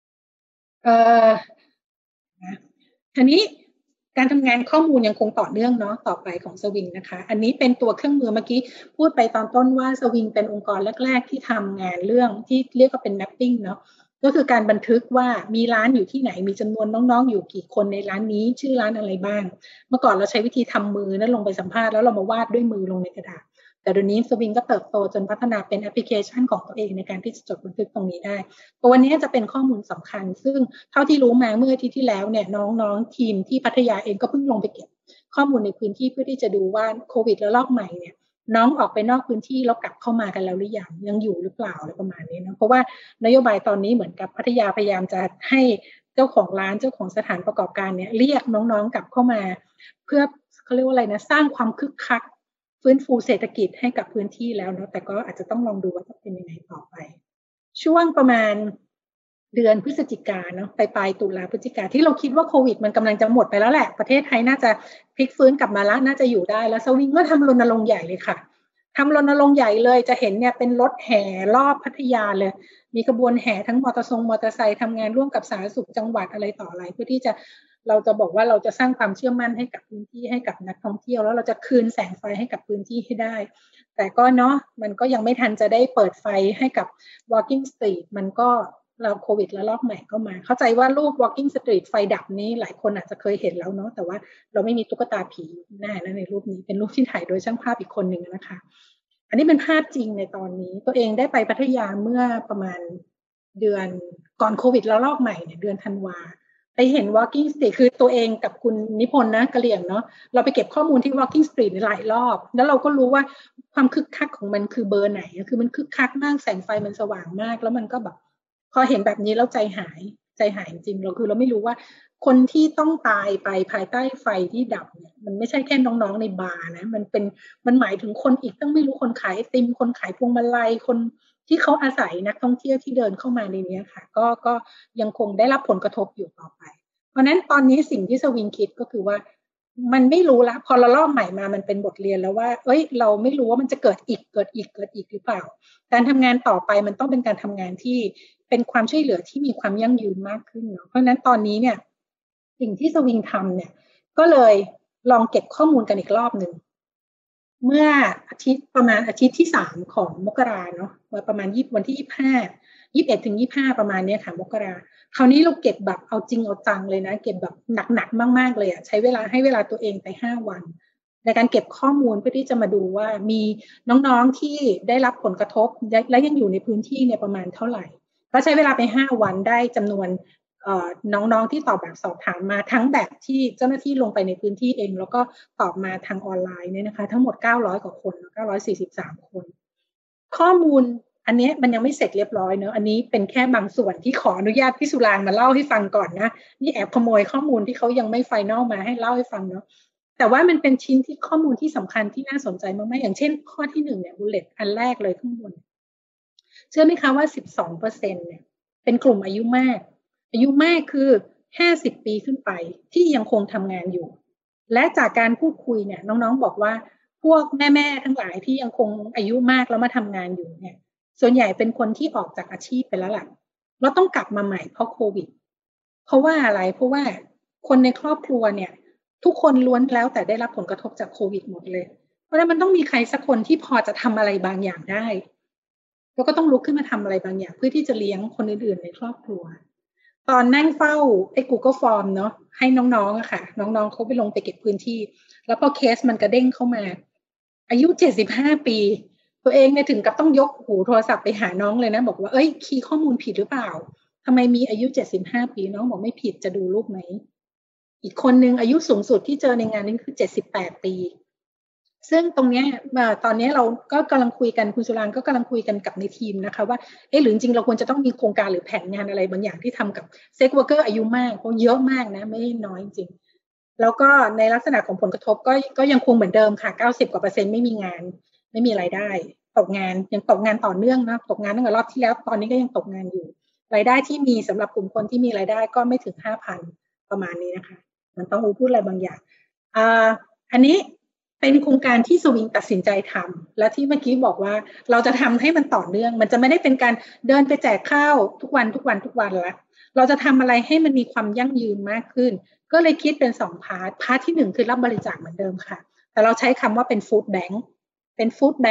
ทีนี้การทำงานข้อมูลยังคงต่อเนื่องเนาะต่อไปของสวิงนะคะอันนี้เป็นตัวเครื่องมือเมื่อกี้พูดไปตอนต้นว่าสวิงเป็นองค์กรแรกๆที่ทำงานเรื่องที่เรียกว่าเป็น mapping เนาะก็คือการบันทึกว่ามีร้านอยู่ที่ไหนมีจำนวนน้องๆอยู่กี่คนในร้านนี้ชื่อร้านอะไรบ้างเมื่อก่อนเราใช้วิธีทำมือนั้นลงไปสัมภาษณ์แล้วเรามาวาดด้วยมือลงในกระดาษแต่เดี๋ยวนี้สวิงก็เติบโตจนพัฒนาเป็นแอปพลิเคชันของตัวเองในการที่จะจดบันทึกตรงนี้ได้ตัววันนี้จะเป็นข้อมูลสำคัญซึ่งเท่าที่รู้มาเมื่ออาทิตย์ที่แล้วเนี่ยน้องๆทีมที่พัทยาเองก็เพิ่งลงไปเก็บข้อมูลในพื้นที่เพื่อที่จะดูว่าโควิดระลอกใหม่เนี่ยน้องออกไปนอกพื้นที่แล้วกลับเข้ามากันแล้วหรือยังอยู่หรือเปล่าอะไรประมาณนี้นะเพราะว่านโยบายตอนนี้เหมือนกับพัทยาพยายามจะให้เจ้าของร้านเจ้าของสถานประกอบการเนี่ยเรียกน้องๆกลับเข้ามาเพื่อเขาเรียกว่าอะไรนะสร้างความคึกคักฟื้นฟูเศรษฐกิจให้กับพื้นที่แล้วเนาะแต่ก็อาจจะต้องลองดูว่าจะเป็นยังไงต่อไปช่วงประมาณเดือนพฤศจิกาเนาะปลายตุลาพฤศจิกาที่เราคิดว่าโควิดมันกำลังจะหมดไปแล้วแหละประเทศไทยน่าจะพลิกฟื้นกลับมาแล้วน่าจะอยู่ได้แล้วสวิงก็ทำรณรงค์ใหญ่เลยค่ะทำรณรงค์ใหญ่เลยจะเห็นเนี่ยเป็นรถแห่รอบพัทยาเลยมีขบวนแห่ทั้งมอเตอร์ไซค์ทำงานร่วมกับสาธารณสุขจังหวัดอะไรต่ออะไรเพื่อที่จะเราจะบอกว่าเราจะสร้างความเชื่อมั่นให้กับพื้นที่ให้กับนักท่องเที่ยวแล้วเราจะคืนแสงไฟให้กับพื้นที่ให้ได้แต่ก็เนาะมันก็ยังไม่ทันจะได้เปิดไฟให้กับ walking street มันก็เราโควิดแล้วรอบใหม่ก็มาเข้าใจว่ารูป walking street ไฟดับนี้หลายคนอาจจะเคยเห็นแล้วเนาะแต่ว่าเราไม่มีตุ๊กตาผีหน้านะในรูปนี้เป็นรูปที่ถ่ายโดยช่างภาพอีกคนหนึ่งนะคะอันนี้เป็นภาพจริงในตอนนี้ตัวเองได้ไปพัทยาเมื่อประมาณเดือนก่อนโควิดแล้วรอบใหม่เนี่ยเดือนธันวาไปเห็น walking street คือตัวเองกับคุณนิพนธ์นะกะเหรี่ยงเนาะเราไปเก็บข้อมูลที่ walking street หลายรอบแล้วเราก็รู้ว่าความคึกคักของมันคือเบอร์ไหนคือมันคึกคักมากแสงไฟมันสว่างมากแล้วมันก็แบบพอเห็นแบบนี้แล้วใจหายจริงเราคือเราไม่รู้ว่าคนที่ต้องตายไปภายใต้ไฟที่ดับเนี่ยมันไม่ใช่แค่น้องๆในบาร์นะมันหมายถึงคนอีกต้องไม่รู้คนขายไอติมคนขายพวงมาลัยคนที่เขาอาศัยนักท่องเที่ยวที่เดินเข้ามาในนี้ค่ะก็ยังคงได้รับผลกระทบอยู่ต่อไปเพราะนั้นตอนนี้สิ่งที่สวิงคิดก็คือว่ามันไม่รู้ละพอเรารอบใหม่มามันเป็นบทเรียนแล้วว่าเราไม่รู้ว่ามันจะเกิดอีกหรือเปล่าการทำงานต่อไปมันต้องเป็นการทำงานที่เป็นความช่วยเหลือที่มีความยั่งยืนมากขึ้นเนาะเพราะฉะนั้นตอนนี้เนี่ยสิ่งที่สวิงทำเนี่ยก็เลยลองเก็บข้อมูลกันอีกรอบหนึ่งเมื่อประมาณอาทิตย์ที่3ของมกราเนาะประมาณวันที่21 ถึง 25ประมาณนี้ค่ะมกราคราวนี้เราเก็บแบบเอาจริงเอาจังเลยนะเก็บแบบหนักมากๆเลยอ่ะใช้เวลาให้เวลาตัวเองไป5วันในการเก็บข้อมูลเพื่อที่จะมาดูว่ามีน้องๆที่ได้รับผลกระทบและยังอยู่ในพื้นที่เนี่ยประมาณเท่าไหร่ก็ใช้เวลาไป5วันได้จำนวนน้องๆที่ตอบแบบสอบถามมาทั้งแบบที่เจ้าหน้าที่ลงไปในพื้นที่เองแล้วก็ตอบมาทางออนไลน์เนี่ยนะคะทั้งหมด900กว่าคน943คนข้อมูลอันนี้มันยังไม่เสร็จเรียบร้อยเนอะอันนี้เป็นแค่บางส่วนที่ขออนุญาตพี่สุรางค์มาเล่าให้ฟังก่อนนะนี่แอบขโมยข้อมูลที่เขายังไม่ไฟนอลมาให้เล่าให้ฟังเนาะแต่ว่ามันเป็นชิ้นที่ข้อมูลที่สำคัญที่น่าสนใจมากๆอย่างเช่นข้อที่1เนี่ยบุลเลตอันแรกเลยข้างบนเชื่อไหมคะว่า 12% เนี่ยเป็นกลุ่มอายุมากคือ50 ปีขึ้นไปที่ยังคงทำงานอยู่และจากการพูดคุยเนี่ยน้องๆบอกว่าพวกแม่ๆทั้งหลายที่ยังคงอายุมากแล้วมาทำงานอยู่เนี่ยส่วนใหญ่เป็นคนที่ออกจากอาชีพไปแล้วล่ะแล้วต้องกลับมาใหม่เพราะโควิดเพราะว่าอะไรเพราะว่าคนในครอบครัวเนี่ยทุกคนล้วนแล้วแต่ได้รับผลกระทบจากโควิดหมดเลยเพราะฉะนั้นมันต้องมีใครสักคนที่พอจะทำอะไรบางอย่างได้แล้วก็ต้องลุกขึ้นมาทำอะไรบางอย่างเพื่อที่จะเลี้ยงคนอื่นๆในครอบครัวตอนนั่งเฝ้าไอ้ Google Form เนาะให้น้องๆอะค่ะน้องๆเขาไปลงไปเก็บพื้นที่แล้วพอเคสมันกระเด้งเข้ามาอายุ75 ปีตัวเองเนี่ยถึงกับต้องยกหูโทรศัพท์ไปหาน้องเลยนะบอกว่าคีย์ข้อมูลผิดหรือเปล่าทำไมมีอายุ75 ปีน้องบอกไม่ผิดจะดูรูปไหมอีกคนนึงอายุสูงสุดที่เจอในงานนี้คือ78 ปีซึ่งตรงนี้ตอนนี้เราก็กำลังคุยกันคุณสุรางค์ก็กำลังคุยกันกับในทีมนะคะว่าหรือจริงๆเราควรจะต้องมีโครงการหรือแผนงานอะไรบางอย่างที่ทำกับเซ็กเวิร์กเกอร์อายุมากเพราะเยอะมากนะไม่ได้น้อยจริงๆแล้วก็ในลักษณะของผลกระทบก็ยังคงเหมือนเดิมค่ะ90%กว่าไม่มีงานไม่มีรายได้ตกงานยังตกงานต่อเนื่องนะตกงานตั้งแต่รอบที่แล้วตอนนี้ก็ยังตกงานอยู่รายได้ที่มีสำหรับกลุ่มคนที่มีรายได้ก็ไม่ถึง 5,000 ประมาณนี้นะคะมันต้องพูดอะไรบางอย่างอันนี้เป็นโครงการที่สวิงตัดสินใจทำและที่เมื่อกี้บอกว่าเราจะทำให้มันต่อเนื่องมันจะไม่ได้เป็นการเดินไปแจกข้าวทุกวันละเราจะทำอะไรให้มันมีความยั่งยืนมากขึ้นก็เลยคิดเป็น2พาร์ทที่1คือรับบริจาคเหมือนเดิมค่ะแต่เราใช้คำว่าเป็นฟู้ดแบงค์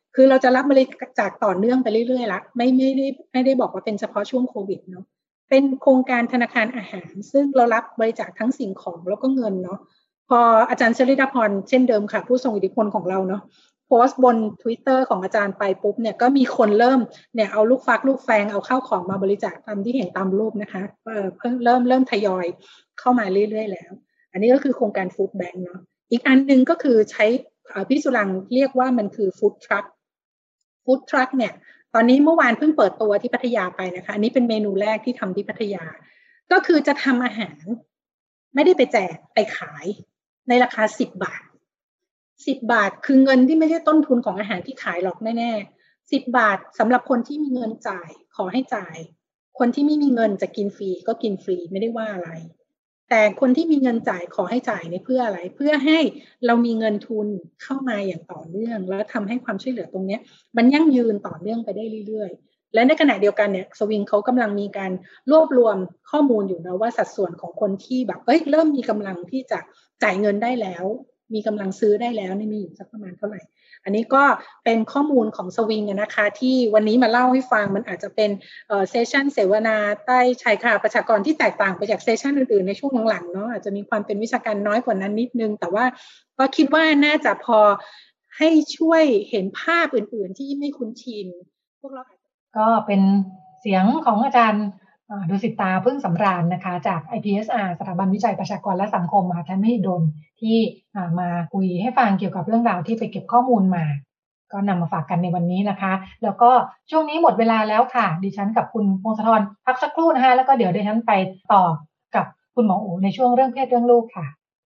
คือเราจะรับบริจาคต่อเนื่องไปเรื่อยๆละไม่ได้บอกว่าเป็นเฉพาะช่วงโควิดเนาะเป็นโครงการธนาคารอาหารซึ่งเรารับบริจาคทั้งสิ่งของแล้วก็เงินเนาะพออาจารย์ชลิดาพรเช่นเดิมค่ะผู้ทรงอิทธิพลของเราเนาะโพสต์บน Twitter ของอาจารย์ไปปุ๊บเนี่ยก็มีคนเริ่มเนี่ยเอาลูกฟักลูกแฟงเอาข้าวของมาบริจาคตามที่เห็นตามรูปนะคะเพิ่งเริ่มทยอยเข้ามาเรื่อยๆแล้วอันนี้ก็คือโครงการฟู้ดแบงค์เนาะอีกอันนึงก็คือใช้พี่สุรังเรียกว่ามันคือฟู้ดทรัคเนี่ยตอนนี้เมื่อวานเพิ่งเปิดตัวที่พัทยาไปนะคะอันนี้เป็นเมนูแรกที่ทำที่พัทยาก็คือจะทำอาหารไม่ได้ไปแจกไปขายในราคา10 บาท10 บาทคือเงินที่ไม่ใช่ต้นทุนของอาหารที่ขายหรอกแน่ๆ10 บาทสำหรับคนที่มีเงินจ่ายขอให้จ่ายคนที่ไม่มีเงินจะกินฟรีก็กินฟรีไม่ได้ว่าอะไรแต่คนที่มีเงินจ่ายขอให้จ่ายเนี่ยเพื่ออะไรเพื่อให้เรามีเงินทุนเข้ามาอย่างต่อเนื่องแล้วทำให้ความช่วยเหลือตรงนี้มันยั่งยืนต่อเนื่องไปได้เรื่อยๆและในขณะเดียวกันเนี่ยสวิงเขากำลังมีการรวบรวมข้อมูลอยู่นะว่าสัดส่วนของคนที่แบบเริ่มมีกำลังที่จะจ่ายเงินได้แล้วมีกำลังซื้อได้แล้วนี่มีอยู่สักประมาณเท่าไหร่อันนี้ก็เป็นข้อมูลของสวิงนะคะที่วันนี้มาเล่าให้ฟังมันอาจจะเป็นเซสชั่นเสวนาใต้ชายคาประชากรที่แตกต่างไปจากเซสชั่นอื่นๆในช่วงหลังๆเนาะอาจจะมีความเป็นวิชาการน้อยกว่านั้นนิดนึงแต่ว่าก็คิดว่าน่าจะพอให้ช่วยเห็นภาพอื่นๆที่ไม่คุ้นชินพวกเราก็เป็นเสียงของอาจารย์ดุสิตาพึ่งสำราญนะคะจาก IPSR สถาบันวิจัยประชากรและสังคมมหาวิทยาลัยมหิดลที่มาคุยให้ฟังเกี่ยวกับเรื่องราวที่ไปเก็บข้อมูลมาก็นำมาฝากกันในวันนี้นะคะแล้วก็ช่วงนี้หมดเวลาแล้วค่ะดิฉันกับคุณพงศธรพักสักครู่นะคะแล้วก็เดี๋ยวดิฉันไปต่อกับคุณหมออู๋ในช่วงเรื่องเพศเรื่องลูกค่ะ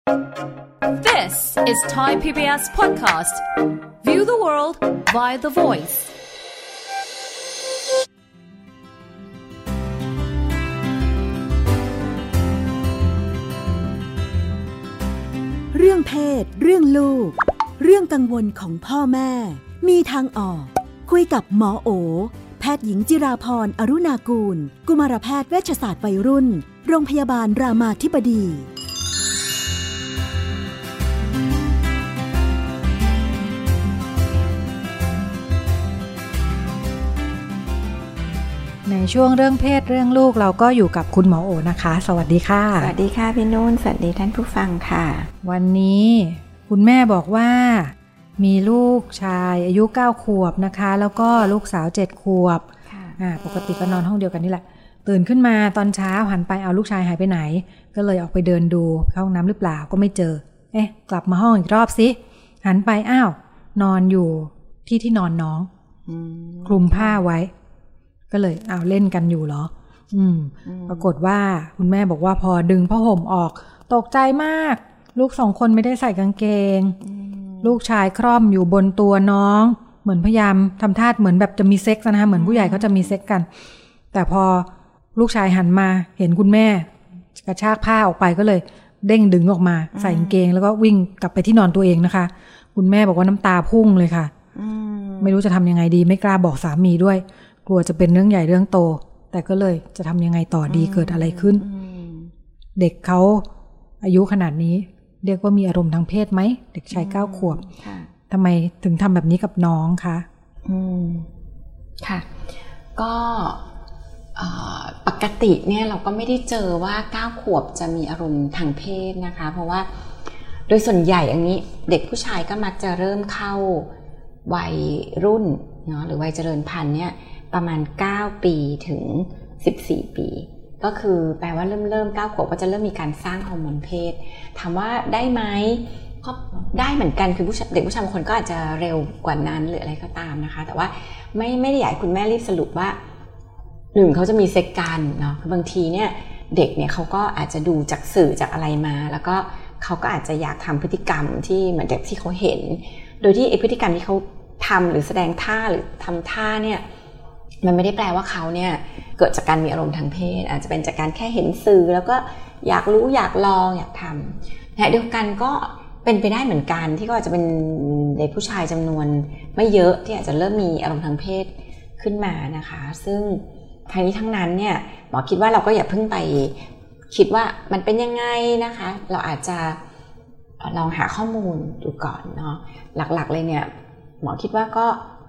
This is Thai PBS podcast. View the world via the voice. เรื่องเพศเรื่องลูกเรื่องกังวลของพ่อแม่มีทางออกคุยกับหมอโอแพทย์หญิงจิราพรอรุณากูลกุมารแพทย์เวชศาสตร์วัยรุ่นโรงพยาบาลรามาธิบดีในช่วงเรื่องเพศเรื่องลูกเราก็อยู่กับคุณหมอโอนะคะสวัสดีค่ะสวัสดีค่ะพี่นุ่นสวัสดีท่านผู้ฟังค่ะวันนี้คุณแม่บอกว่ามีลูกชายอายุ9 ขวบนะคะแล้วก็ลูกสาว7 ขวบปกติก็นอนห้องเดียวกันนี่แหละตื่นขึ้นมาตอนเช้าหันไปเอาลูกชายหายไปไหนก็เลยออกไปเดินดูเข้าห้องน้ำหรือเปล่าก็ไม่เจอกลับมาห้องอีกรอบสิหันไปอ้าวนอนอยู่ที่นอนน้องคลุมผ้าไว้ก็เลยเอาเล่นกันอยู่เหรอปรากฏว่าคุณแม่บอกว่าพอดึงผ้าห่มออกตกใจมากลูก2 คนไม่ได้ใส่กางเกงลูกชายคร่อมอยู่บนตัวน้องเหมือนพยายามทำท่าเหมือนแบบจะมีเซ็กซ์นะคะเหมือนผู้ใหญ่เขาจะมีเซ็กซ์กันแต่พอลูกชายหันมาเห็นคุณแม่กระชากผ้าออกไปก็เลยเด้งดึงออกมาใส่กางเกงแล้วก็วิ่งกลับไปที่นอนตัวเองนะคะคุณแม่บอกว่าน้ำตาพุ่งเลยค่ะไม่รู้จะทำยังไงดีไม่กล้าบอกสามีด้วยกลัวจะเป็นเรื่องใหญ่เรื่องโตแต่ก็เลยจะทำยังไงต่อดีเกิดอะไรขึ้นเด็กเขาอายุขนาดนี้เรียกว่ามีอารมณ์ทางเพศไหมเด็กชาย9 ขวบทำไมถึงทำแบบนี้กับน้องคะค่ะก็ปกติเนี่ยเราก็ไม่ได้เจอว่า9 ขวบจะมีอารมณ์ทางเพศนะคะเพราะว่าโดยส่วนใหญ่อย่างนี้เด็กผู้ชายก็มักจะเริ่มเข้าวัยรุ่นเนาะหรือวัยเจริญพันธุ์เนี่ยประมาณ9 ปีถึง14 ปีก็คือแปลว่าเริ่ม9 ขวบก็จะเริ่มมีการสร้างฮอร์โมนเพศถามว่าได้ไหมก็ได้เหมือนกันคือเด็กผู้ชายบางคนก็อาจจะเร็วกว่านั้นหรืออะไรก็ตามนะคะแต่ว่าไม่ได้อยากให้คุณแม่รีบสรุปว่า1เขาจะมีเซ็กกันเนาะบางทีเนี่ยเด็กเนี่ยเขาก็อาจจะดูจากสื่อจากอะไรมาแล้วก็เขาก็อาจจะอยากทำพฤติกรรมที่เหมือนที่เขาเห็นโดยที่พฤติกรรมที่เขาทำหรือแสดงท่าหรือทำท่าเนี่ยมันไม่ได้แปลว่าเขาเนี่ยเกิดจากการมีอารมณ์ทางเพศอาจจะเป็นจากการแค่เห็นสื่อแล้วก็อยากรู้อยากลองอยากทำแต่เดียวกันก็เป็นไปได้เหมือนกันที่ก็อาจจะเป็นเด็กผู้ชายจำนวนไม่เยอะที่อาจจะเริ่มมีอารมณ์ทางเพศขึ้นมานะคะซึ่งทั้งนี้ทั้งนั้นเนี่ยหมอคิดว่าเราก็อย่าเพิ่งไปคิดว่ามันเป็นยังไงนะคะเราอาจจะลองหาข้อมูลดูก่อนเนาะหลักๆเลยเนี่ยหมอคิดว่าก็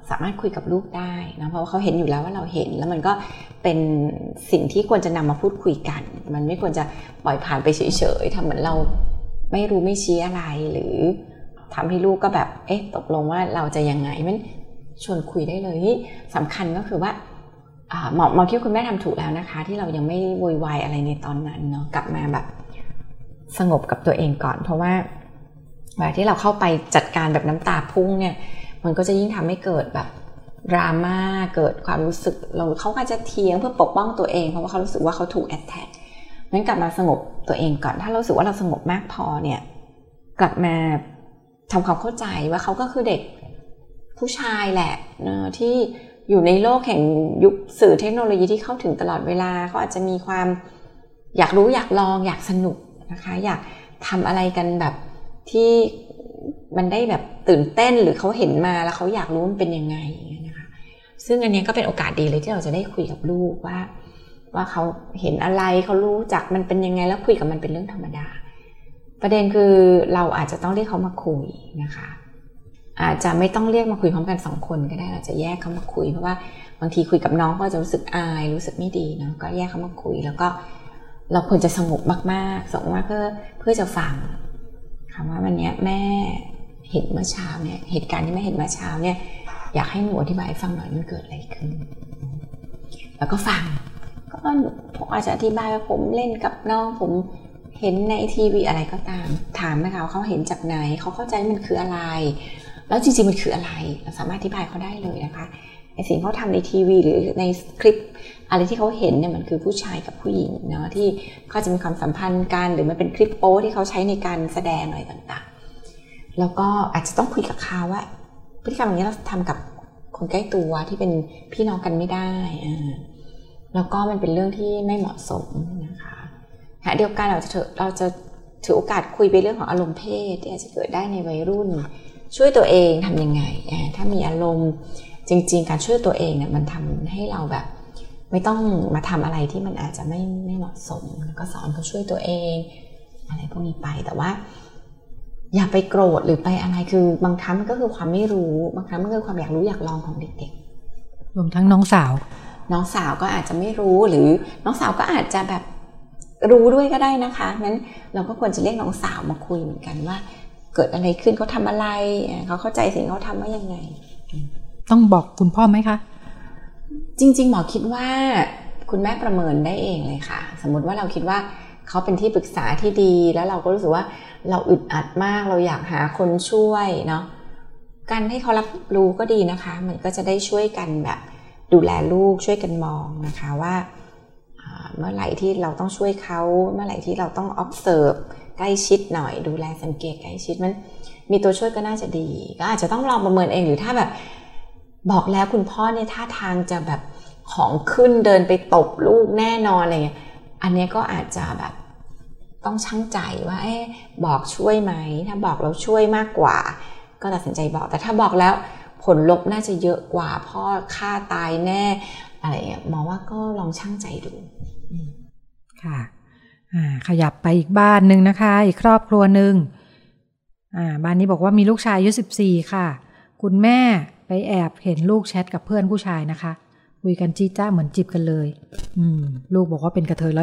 สามารถคุยกับลูกได้นะเพราะว่าเขาเห็นอยู่แล้วว่าเราเห็นแล้วมันก็เป็นสิ่งที่ควรจะนำมาพูดคุยกันมันไม่ควรจะปล่อยผ่านไปเฉยๆทำเหมือนเราไม่รู้ไม่ชี้อะไรหรือทำให้ลูกก็แบบตกลงว่าเราจะยังไงมันชวนคุยได้เลยสำคัญก็คือว่าหมอคิดว่าคุณแม่ทำถูกแล้วนะคะที่เรายังไม่โวยวายอะไรในตอนนั้นเนาะกลับมาแบบสงบกับตัวเองก่อนเพราะว่าเวลาที่เราเข้าไปจัดการแบบน้ำตาพุ่งเนี่ยมันก็จะยิ่งทำให้เกิดแบบดราม่าเกิดความรู้สึกเขาอาจจะเถียงเพื่อปกป้องตัวเองเพราะว่าเขารู้สึกว่าเขาถูกแอทแทคงั้นกลับมาสงบตัวเองก่อนถ้าเรารู้สึกว่าเราสงบมากพอเนี่ยกลับมาทำความเข้าใจว่าเขาก็คือเด็กผู้ชายแหละที่อยู่ในโลกแห่งยุคสื่อเทคโนโลยีที่เข้าถึงตลอดเวลาเขาอาจจะมีความอยากรู้อยากลองอยากสนุกนะคะอยากทำอะไรกันแบบที่มันได้แบบตื่นเต้นหรือเขาเห็นมาแล้วเขาอยากรู้มันเป็นยังไงนะคะซึ่งอันนี้ก็เป็นโอกาสดีเลยที่เราจะได้คุยกับลูกว่าเขาเห็นอะไรเขารู้จักมันเป็นยังไงแล้วคุยกับมันเป็นเรื่องธรรมดาประเด็นคือเราอาจจะต้องเรียกเขามาคุยนะคะอาจจะไม่ต้องเรียกมาคุยพร้อมกัน2คนก็ได้เราจะแยกเขามาคุยเพราะว่าบางทีคุยกับน้องก็จะรู้สึกอายรู้สึกไม่ดีเนาะก็แยกเขามาคุยแล้วก็เราควรจะสงบมากๆสงบมากเพื่อจะฟังคำว่าวันนี้แม่เห็นเมื่อเช้าเนี่ยเหตุการณ์ที่แม่เห็นเมื่อเช้าเนี่ยอยากให้หนูอธิบายให้ฟังหน่อยมันเกิดอะไรขึ้นแล้วก็ฟังก็ผมอาจจะอธิบายว่าผมเล่นกับน้องผมเห็นในทีวีอะไรก็ตามถามนะคะเขาเห็นจากไหนเขาเข้าใจมันคืออะไรแล้วจริงๆมันคืออะไรเราสามารถอธิบายเขาได้เลยนะคะไอสิ่งเขาทำในทีวีหรือในคลิปอะไรที่เขาเห็นเนี่ยมันคือผู้ชายกับผู้หญิงเนาะที่เขาจะมีความสัมพันธ์กันหรือมันเป็นคลิปโป๊ที่เขาใช้ในการแสดงอะไรต่างๆแล้วก็อาจจะต้องคุยกับเขาว่าพฤติกรรมอย่างนี้เราทำกับคนใกล้ตัวที่เป็นพี่น้องกันไม่ได้แล้วก็มันเป็นเรื่องที่ไม่เหมาะสมนะคะขณะเดียวกันเราจะถือโอกาสคุยไปเรื่องของอารมณ์เพศที่อาจจะเกิดได้ในวัยรุ่นช่วยตัวเองทำยังไงถ้ามีอารมณ์จริงๆการช่วยตัวเองเนี่ยมันทำให้เราแบบไม่ต้องมาทำอะไรที่มันอาจจะไม่เหมาะสมแล้วก็สอนเขาช่วยตัวเองอะไรพวกนี้ไปแต่ว่าอย่าไปโกรธหรือไปอะไรคือบางครั้งมันก็คือความไม่รู้บางครั้งมันก็คือความอยากรู้อยากลองของเด็กๆรวมทั้งน้องสาวก็อาจจะไม่รู้หรือน้องสาวก็อาจจะแบบรู้ด้วยก็ได้นะคะงั้นเราก็ควรจะเรียกน้องสาวมาคุยเหมือนกันว่าเกิดอะไรขึ้นเขาทำอะไรเขาเข้าใจสิ่งเขาทำว่ายังไงต้องบอกคุณพ่อไหมคะจริงๆหมอคิดว่าคุณแม่ประเมินได้เองเลยค่ะสมมติว่าเราคิดว่าเขาเป็นที่ปรึกษาที่ดีแล้วเราก็รู้สึกว่าเราอึดอัดมากเราอยากหาคนช่วยเนาะการให้เขารับรู้ก็ดีนะคะมันก็จะได้ช่วยกันแบบดูแลลูกช่วยกันมองนะคะว่าเมื่อไหร่ที่เราต้องช่วยเขาเมื่อไหร่ที่เราต้อง observe ใกล้ชิดหน่อยดูแลสังเกตใกล้ชิดมันมีตัวช่วยก็น่าจะดีก็อาจจะต้องลองประเมินเองหรือถ้าแบบบอกแล้วคุณพ่อเนี่ยท่าทางจะแบบของขึ้นเดินไปตบลูกแน่นอนอะไรเงี้ยอันนี้ก็อาจจะแบบต้องชั่งใจว่าบอกช่วยไหมถ้าบอกเราช่วยมากกว่าก็ตัดสินใจบอกแต่ถ้าบอกแล้วผลลบน่าจะเยอะกว่าพ่อฆ่าตายแน่อะไรเงี้ยมองว่าก็ลองชั่งใจดูค่ะขยับไปอีกบ้านนึงนะคะอีกครอบครัวนึงบ้านนี้บอกว่ามีลูกชายอายุ14ค่ะคุณแม่ไปแอบเห็นลูกแชทกับเพื่อนผู้ชายนะคะคุยกันจี้จ้าเหมือนจีบกันเลยลูกบอกว่าเป็นกระเทย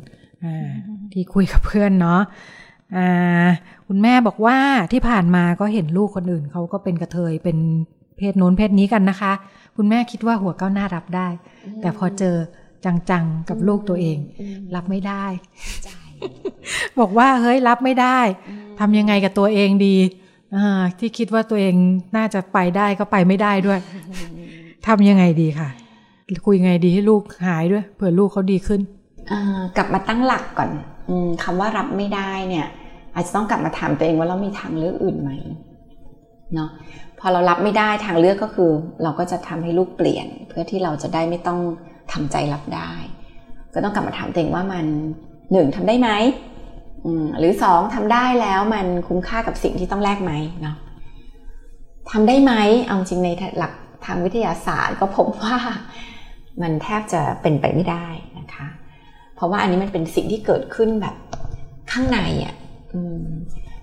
100% ที่คุยกับเพื่อนเนาะคุณแม่บอกว่าที่ผ่านมาก็เห็นลูกคนอื่นเขาก็เป็นกระเทยเป็นเพศโน้นเพศนี้กันนะคะคุณแม่คิดว่าหัวก้าวหน้ารับได้แต่พอเจอจังๆกับลูกตัวเองรับไม่ได้ บอกว่าเฮ้ยรับไม่ได้ทำยังไงกับตัวเองดีที่คิดว่าตัวเองน่าจะไปได้ก็ไปไม่ได้ด้วยทำยังไงดีค่ะคุยยังไงดีให้ลูกหายด้วยเผื่อลูกเขาดีขึ้นกลับมาตั้งหลักก่อนคำว่ารับไม่ได้เนี่ยอาจจะต้องกลับมาถามตัวเองว่าเรามีทางเลือกอื่นไหมเนาะพอเรารับไม่ได้ทางเลือกก็คือเราก็จะทำให้ลูกเปลี่ยนเพื่อที่เราจะได้ไม่ต้องทำใจรับได้ก็ต้องกลับมาถามตัวเองว่ามัน1ทำได้ไหมหรือ2ทำได้แล้วมันคุ้มค่ากับสิ่งที่ต้องแลกไหมเนาะทำได้ไหมเอาจริงในหลักทางวิทยาศาสตร์ก็พบว่ามันแทบจะเป็นไปไม่ได้นะคะเพราะว่าอันนี้มันเป็นสิ่งที่เกิดขึ้นแบบข้างใน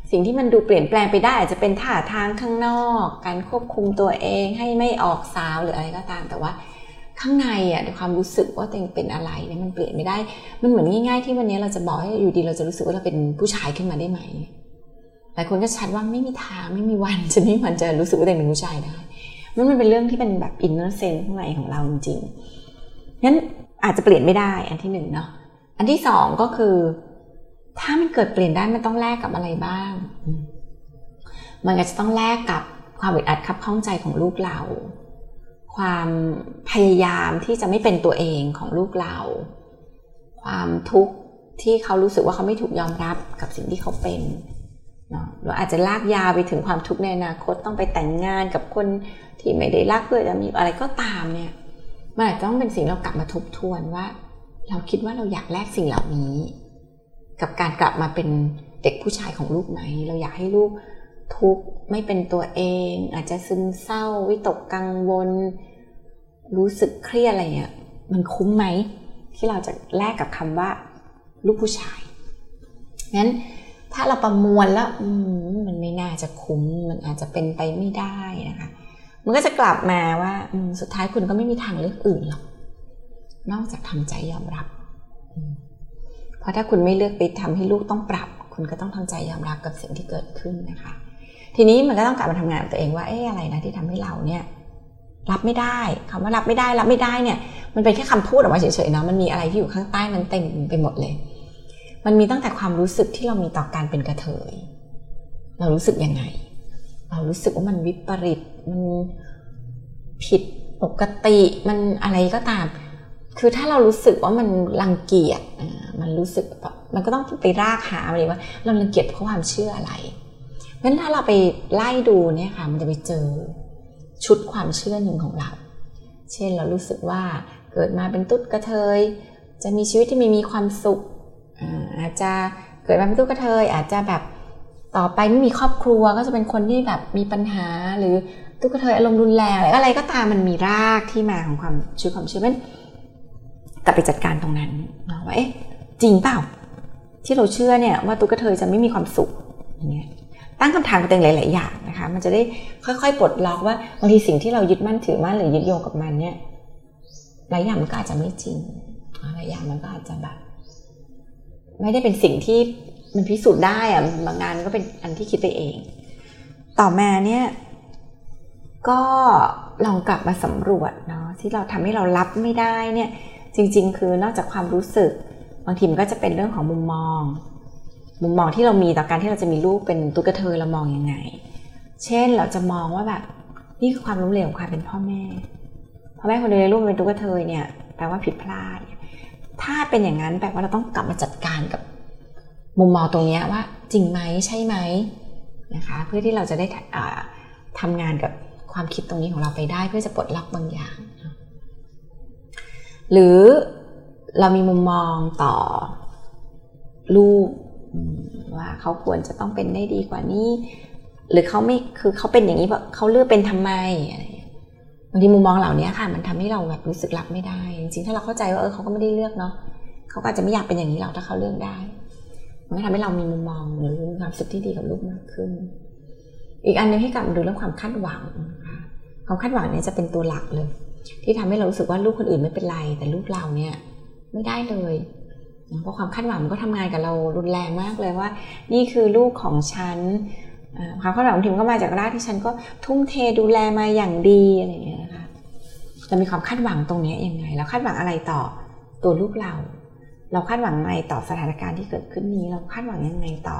สิ่งที่มันดูเปลี่ยนแปลงไปได้อาจจะเป็นท่าทางข้างนอกการควบคุมตัวเองให้ไม่ออกสาวหรืออะไรก็ตามแต่ว่าข้างในความรู้สึกว่าตัวเองเป็นอะไรเนี่ยมันเปลี่ยนไม่ได้มันเหมือนง่ายๆที่วันนี้เราจะบอกให้อยู่ดีเราจะรู้สึกว่าเราเป็นผู้ชายขึ้นมาได้ไหมหลายคนก็ชัดว่าไม่มีทางไม่มีวันจะไม่มีวันจะรู้สึกว่าตัวเองเป็นผู้ชายได้มันเป็นเรื่องที่เป็นแบบอินเนอร์เซนส์ข้างในของเราจริงๆงั้นอาจจะเปลี่ยนไม่ได้อันที่1เนาะอันที่2ก็คือถ้ามันเกิดเปลี่ยนได้มันต้องแลกกับอะไรบ้างมันก็จะต้องแลกกับความอึดอัดคับข้องใจของลูกเราความพยายามที่จะไม่เป็นตัวเองของลูกเราความทุกข์ที่เขารู้สึกว่าเขาไม่ถูกยอมรับกับสิ่งที่เขาเป็นเนาะหรืออาจจะลากยาวไปถึงความทุกข์ในอนาคตต้องไปแต่งงานกับคนที่ไม่ได้รักเพื่อจะมีอะไรก็ตามเนี่ยมันอาจจะต้องเป็นสิ่งเรากลับมาทบทวนว่าเราคิดว่าเราอยากแลกสิ่งเหล่านี้กับการกลับมาเป็นเด็กผู้ชายของลูกไหมเราอยากให้ลูกทุกข์ไม่เป็นตัวเองอาจจะซึมเศร้าวิตกกังวลรู้สึกเครียดอะไรเงี้ยมันคุ้มไหมที่เราจะแลกกับคำว่าลูกผู้ชายงั้นถ้าเราประมวลแล้วมันไม่น่าจะคุ้มมันอาจจะเป็นไปไม่ได้นะคะมันก็จะกลับมาว่าสุดท้ายคุณก็ไม่มีทางเลือกอื่นหรอกนอกจากทำใจยอมรับเพราะถ้าคุณไม่เลือกไปทำให้ลูกต้องปรับคุณก็ต้องทำใจยอมรับกับสิ่งที่เกิดขึ้นนะคะทีนี้มันก็ต้องกลับมาทำงานตัวเองว่าอะไรนะที่ทำให้เราเนี่ยรับไม่ได้คำว่ารับไม่ได้เนี่ยมันเป็นแค่คำพูดออกมาเฉยๆเนาะมันมีอะไรที่อยู่ข้างใต้นั้นเต็มไปหมดเลยมันมีตั้งแต่ความรู้สึกที่เรามีต่อการเป็นกระเทยเรารู้สึกยังไงเรารู้สึกว่ามันวิปริตมันผิดปกติมันอะไรก็ตามคือถ้าเรารู้สึกว่ามันรังเกียจมันรู้สึกมันก็ต้องไปรากหาอะไรว่าเรารังเกียจเพราะความเชื่ออะไรเพราะฉะนั้นถ้าเราไปไล่ดูเนี่ยค่ะมันจะไปเจอชุดความเชื่อหนึ่งของเราเช่นเรารู้สึกว่าเกิดมาเป็นตุ๊ดกระเทยจะมีชีวิตที่ไม่มีความสุขอาจจะเกิดมาเป็นตุ๊ดกระเทยอาจจะแบบต่อไปไม่มีครอบครัวก็จะเป็นคนที่แบบมีปัญหาหรือตุ๊ดกระเทยอารมณ์รุนแรงอะไรก็ตามมันมีรากที่มาของความชุดความเชื่อนั้นกลับไปจัดการตรงนั้นว่าจริงเปล่าที่เราเชื่อเนี่ยว่าตุ๊กเทยจะไม่มีความสุขอย่างเงี้ยตั้งคำถามกับตัวเองหลายๆอย่างนะคะมันจะได้ค่อยๆปลดล็อกว่าบางทีสิ่งที่เรายึดมั่นถือมั่นหรือยึดโยงกับมันเนี่ยหลายอย่างมันก็อาจจะไม่จริงหลายอย่างมันก็อาจจะแบบไม่ได้เป็นสิ่งที่มันพิสูจน์ได้บางงานก็เป็นอันที่คิดไปเองต่อมาเนี่ยก็ลองกลับมาสำรวจเนาะที่เราทำให้เรารับไม่ได้เนี่ยจริงๆคือนอกจากความรู้สึกบางทีมันก็จะเป็นเรื่องของมุมมองที่เรามีต่อการที่เราจะมีลูกเป็นตุ๊กเทยเรามองยังไงเช่นเราจะมองว่าแบบนี่คือความล้มเหลวของความเป็นพ่อแม่คนเดียวในลูกเป็นตุ๊กเทยเนี่ยแปลว่าผิดพลาดถ้าเป็นอย่างนั้นแปลว่าเราต้องกลับมาจัดการกับมุมมองตรงนี้ว่าจริงไหมใช่ไหมนะคะเพื่อที่เราจะได้ทำงานกับความคิดตรงนี้ของเราไปได้เพื่อจะปลดล็อกบางอย่างหรือเรามีมุมมองต่อลูกว่าเขาควรจะต้องเป็นได้ดีกว่านี้หรือเขาไม่คือเขาเป็นอย่างนี้เพราะเขาเลือกเป็นทำไมอะไรบางทีมุมมองเหล่านี้ค่ะมันทำให้เราแบบรู้สึกรับไม่ได้จริงๆถ้าเราเข้าใจว่าเขาก็ไม่ได้เลือกเนาะเขาก็อาจจะไม่อยากเป็นอย่างนี้หรอกถ้าเขาเลือกได้มันก็ทำให้เรามีมุมมองหรือความรู้สึกที่ดีกับลูกมากขึ้นอีกอันนึงให้กลับมาดูเรื่องความคาดหวังนะคะความคาดหวังเนี่ยจะเป็นตัวหลักเลยที่ทำให้เรารู้สึกว่าลูกคนอื่นไม่เป็นไรแต่ลูกเราเนี่ยไม่ได้เลยเพราะความคาดหวังมันก็ทำงานกับเรารุนแรงมากเลยว่านี่คือลูกของฉันความคาดหวังบางทีมันก็มาจากรากที่ฉันก็ทุ่มเทดูแลมาอย่างดีอะไรอย่างเงี้ยนะคะเรามีความคาดหวังตรงนี้ยังไงเราคาดหวังอะไรต่อตัวลูกเราคาดหวังอะไรต่อสถานการณ์ที่เกิดขึ้นนี้เราคาดหวังยังไงต่อ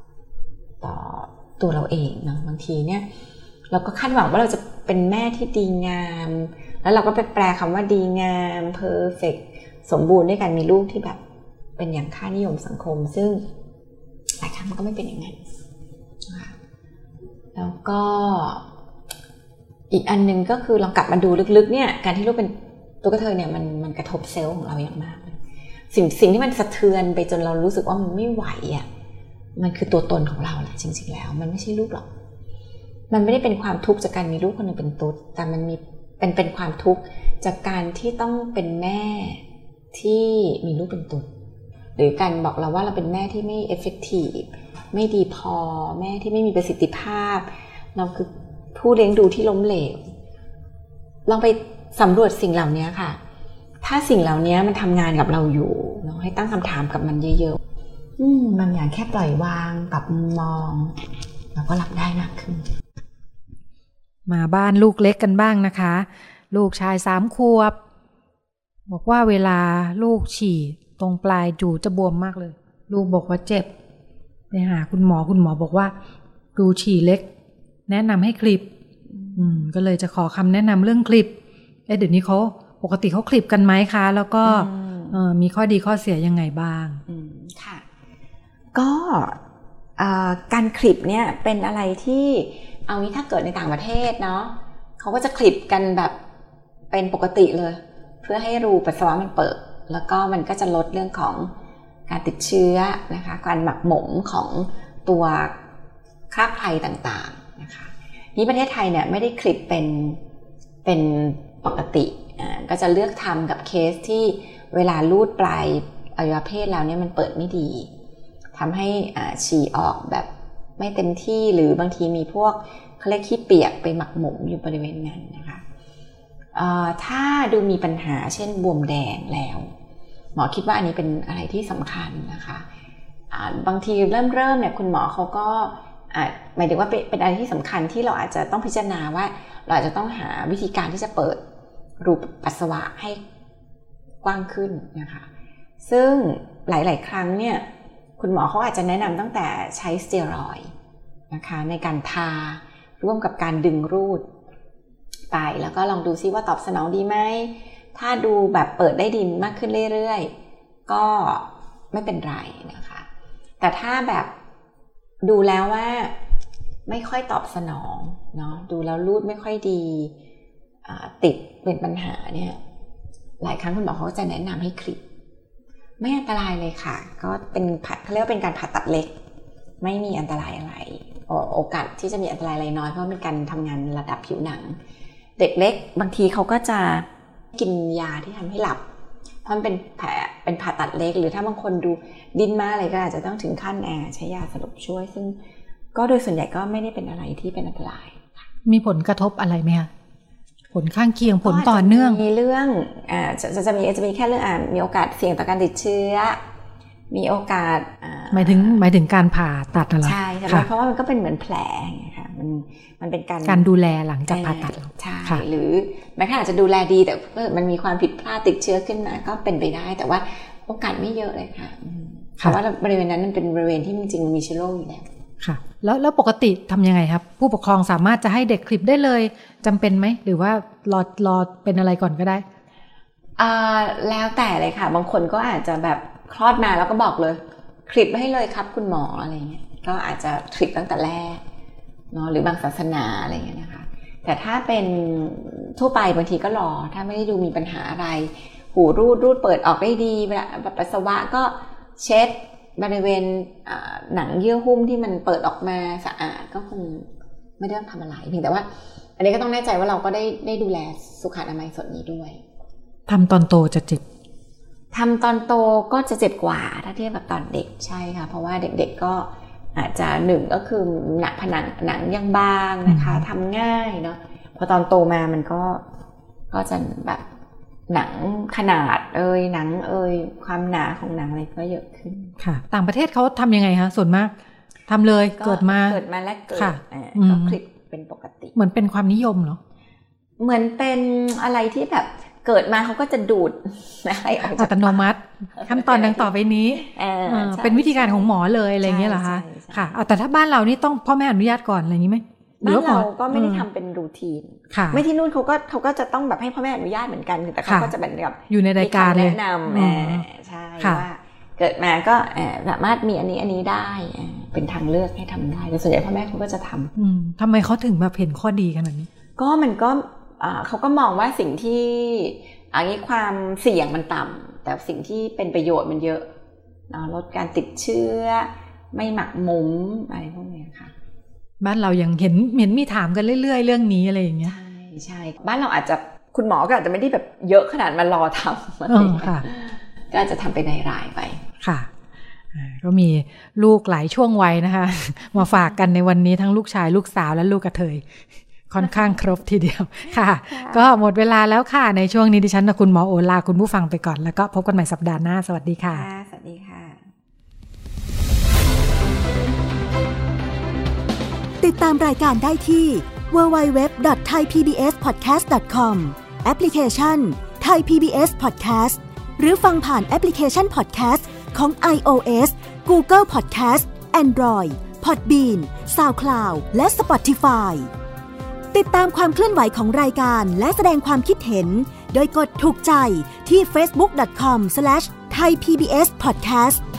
ตัวเราเองเนาะบางทีเนี่ยเราก็คาดหวังว่าเราจะเป็นแม่ที่ดีงามแล้วเราก็ไปแปลคำว่าดีงาม perfect สมบูรณ์ด้วยการมีลูกที่แบบเป็นอย่างค่านิยมสังคมซึ่งหลายครั้งมันก็ไม่เป็นอย่างนั้นนะคะแล้วก็อีกอันนึงก็คือลองกลับมาดูลึกๆเนี่ยการที่ลูกเป็นตุ๊กเทยเนี่ยมันกระทบเซลล์ของเราอย่างมากเลยสิ่งที่มันสะเทือนไปจนเรารู้สึกว่ามันไม่ไหวมันคือตัวตนของเราแหละจริงๆแล้วมันไม่ใช่ลูกหรอกมันไม่ได้เป็นความทุกข์จากการมีลูกคนนึงเป็นตุ๊ดแต่มันมีเป็นความทุกข์จากการที่ต้องเป็นแม่ที่มีลูกเป็นตุ๊ดหรือการบอกเราว่าเราเป็นแม่ที่ไม่ effective ไม่ดีพอแม่ที่ไม่มีประสิทธิภาพเราคือผู้เลี้ยงดูที่ล้มเหลวลองไปสำรวจสิ่งเหล่านี้ค่ะถ้าสิ่งเหล่านี้มันทำงานกับเราอยู่เราให้ตั้งคำถามกับมันเยอะๆบางอย่างแค่ปล่อยวางปรับมองเราก็รับได้มากขึ้นมาบ้านลูกเล็กกันบ้างนะคะลูกชาย3 ขวบบอกว่าเวลาลูกฉี่ตรงปลายจูจะบวมมากเลยลูกบอกว่าเจ็บไปหาคุณหมอบอกว่าดูฉี่เล็กแนะนำให้คลิปก็เลยจะขอคำแนะนำเรื่องคลิปเดี๋ยวนี้เขาปกติเขาคลิปกันไหมคะแล้วก็มีข้อดีข้อเสียยังไงบ้างค่ะก็การคลิปเนี่ยเป็นอะไรที่เอางี้ถ้าเกิดในต่างประเทศเนาะเขาก็จะคลิปกันแบบเป็นปกติเลยเพื่อให้รูปัสสาวะมันเปิดแล้วก็มันก็จะลดเรื่องของการติดเชื้อนะคะการหมักหมมของตัวคราบไพรต่างๆนะคะนี่ประเทศไทยเนี่ยไม่ได้คลิปเป็นปกติก็จะเลือกทำกับเคสที่เวลาลูดปลายอวัยวะเพศแล้วเนี่ยมันเปิดไม่ดีทำให้ฉี่ออกแบบไม่เต็มที่หรือบางทีมีพวกเขาเรียกขี้เปียกไปหมักหมมอยู่บริเวณนั้นนะคะถ้าดูมีปัญหาเช่นบวมแดงแล้วหมอคิดว่าอันนี้เป็นอะไรที่สำคัญนะคะบางทีเริ่มเนี่ยคุณหมอเขาก็หมายถึงว่าเป็นอะไรที่สำคัญที่เราอาจจะต้องพิจารณาว่าเราอาจจะต้องหาวิธีการที่จะเปิดรูปัสสาวะให้กว้างขึ้นนะคะซึ่งหลายๆครั้งเนี่ยคุณหมอเขาอาจจะแนะนำตั้งแต่ใช้สเตียรอยด์นะคะในการทาร่วมกับการดึงรูดไปแล้วก็ลองดูซิว่าตอบสนองดีไหมถ้าดูแบบเปิดได้ดีมากขึ้นเรื่อยๆก็ไม่เป็นไรนะคะแต่ถ้าแบบดูแล้วว่าไม่ค่อยตอบสนองเนาะดูแล้วรูดไม่ค่อยดีติดเป็นปัญหาเนี่ยหลายครั้งคุณหมอเขาจะแนะนำให้คลิปไม่อันตรายเลยค่ะก็เป็นเขาเรียกว่าเป็นการผ่าตัดเล็กไม่มีอันตรายอะไรโอกาสที่จะมีอันตรายอะไรน้อยเพราะเป็นการทำงานระดับผิวหนังเด็กเล็กบางทีเขาก็จะกินยาที่ทำให้หลับเพราะมันเป็นแผลเป็นผ่าตัดเล็กหรือถ้าบางคนดูดิ้นมากอะไรก็อาจจะต้องถึงขั้นใช้ยาสลบช่วยซึ่งก็โดยส่วนใหญ่ก็ไม่ได้เป็นอะไรที่เป็นอันตรายมีผลกระทบอะไรไหมคะผลข้างเคียงผลต่อเนื่องมีเรื่องจะมีแค่เรื่องมีโอกาสเสี่ยงต่อการติดเชื้อมีโอกาสหมายถึงการผ่าตัดอะไรใช่เพราะว่ามันก็เป็นเหมือนแผลไงค่ะมันเป็นการดูแลหลังจากผ่าตัดใช่หรือแม้ขนาดจะดูแลดีแต่มันมีความผิดพลาดติดเชื้อขึ้นมาก็เป็นไปได้แต่ว่าโอกาสไม่เยอะเลยค่ะเพราะว่าบริเวณนั้นมันเป็นบริเวณที่จริงๆมีเชื้อโรคอยู่แล้วค่ะแล้วปกติทำยังไงครับผู้ปกครองสามารถจะให้เด็กคลิปได้เลยจำเป็นไหมหรือว่ารอเป็นอะไรก่อนก็ได้แล้วแต่เลยค่ะบางคนก็อาจจะแบบคลอดมาแล้วก็บอกเลยคลิปให้เลยครับคุณหมออะไรเงี้ยก็อาจจะคลิปตั้งแต่แรกเนาะหรือบางศาสนาอะไรเงี้ยนะคะแต่ถ้าเป็นทั่วไปบางทีก็รอถ้าไม่ได้ดูมีปัญหาอะไรหูรูดเปิดออกได้ดีเวลาปัสสาวะก็เช็ดบริเวณหนังเยื่อหุ้มที่มันเปิดออกมาสะอาดก็คงไม่ได้ต้องทำอะไรเพียงแต่ว่าอันนี้ก็ต้องแน่ใจว่าเราก็ได้ดูแลสุขอนามัยส่วนนี้ด้วยทำตอนโตจะเจ็บทำตอนโตก็จะเจ็บกว่าถ้าเทียบกับตอนเด็กใช่ค่ะเพราะว่าเด็กๆก็อาจจะหนึ่งก็คือผนังหนังยังบางนะคะทำง่ายเนาะพอตอนโตมามันก็จะแบบหนังขนาดหนังความหนาของหนังอะไรก็เยอะขึ้นค่ะต่างประเทศเขาทำยังไงคะส่วนมากทำเลยเกิดมาและเกิดก็คลิปเป็นปกติเหมือนเป็นความนิยมเหรอเหมือนเป็นอะไรที่แบบเกิดมาเขาก็จะดูดอะไรออกจากอัตโนมัติขั้นตอนดังต่อไปนี้เป็นวิธีการของหมอเลยอะไรอย่างเงี้ยเหรอคะค่ะแต่ถ้าบ้านเรานี่ต้องพ่อแม่อนุญาตก่อนอะไรอย่างนี้ไหมบ้านเราก็ไม่ได้ทำเป็นรูทีนไม่ที่นู่นเขาก็จะต้องแบบให้พ่อแม่อนุญาตเหมือนกันแต่เขาก็จะแบบอยู่ในรายการเลยแนะนำใช่ว่าเกิดมาก็สามารถมีอันนี้ได้เป็นทางเลือกให้ทำได้แต่ส่วนใหญ่พ่อแม่เขาก็จะทำทำไมเขาถึงแบบเห็นข้อดีขนาดนี้ก็มันก็เขาก็มองว่าสิ่งที่ความเสี่ยงมันต่ำแต่สิ่งที่เป็นประโยชน์มันเยอะลดการติดเชื้อไม่หมักหมมอะไรพวกนี้ค่ะบ้านเรายังเห็นมีถามกันเรื่อยๆเรื่องนี้อะไรอย่างเงี้ยใช่บ้านเราอาจจะคุณหมอก็อาจจะไม่ได้แบบเยอะขนาดมารอทำอะไรก็อาจจะทำไปในรายไปค่ะก็มีลูกหลายช่วงวัยนะคะ มาฝากกันในวันนี้ทั้งลูกชายลูกสาวและลูกกระเทยค่อนข้างครบทีเดียวค่ะก็หมดเวลาแล้วค่ะในช่วงนี้ดิฉันกับคุณหมอโอลาคุณผู้ฟังไปก่อนแล้วก็พบกันใหม่สัปดาห์หน้าสวัสดีค่ะสวัสดีค่ะติดตามรายการได้ที่ www.thaipbspodcast.com แอปพลิเคชัน Thai PBS Podcast หรือฟังผ่านแอปพลิเคชัน Podcast ของ iOS Google Podcast Android Podbean SoundCloud และ Spotify ติดตามความเคลื่อนไหวของรายการและแสดงความคิดเห็นโดยกดถูกใจที่ facebook.com/thaipbspodcast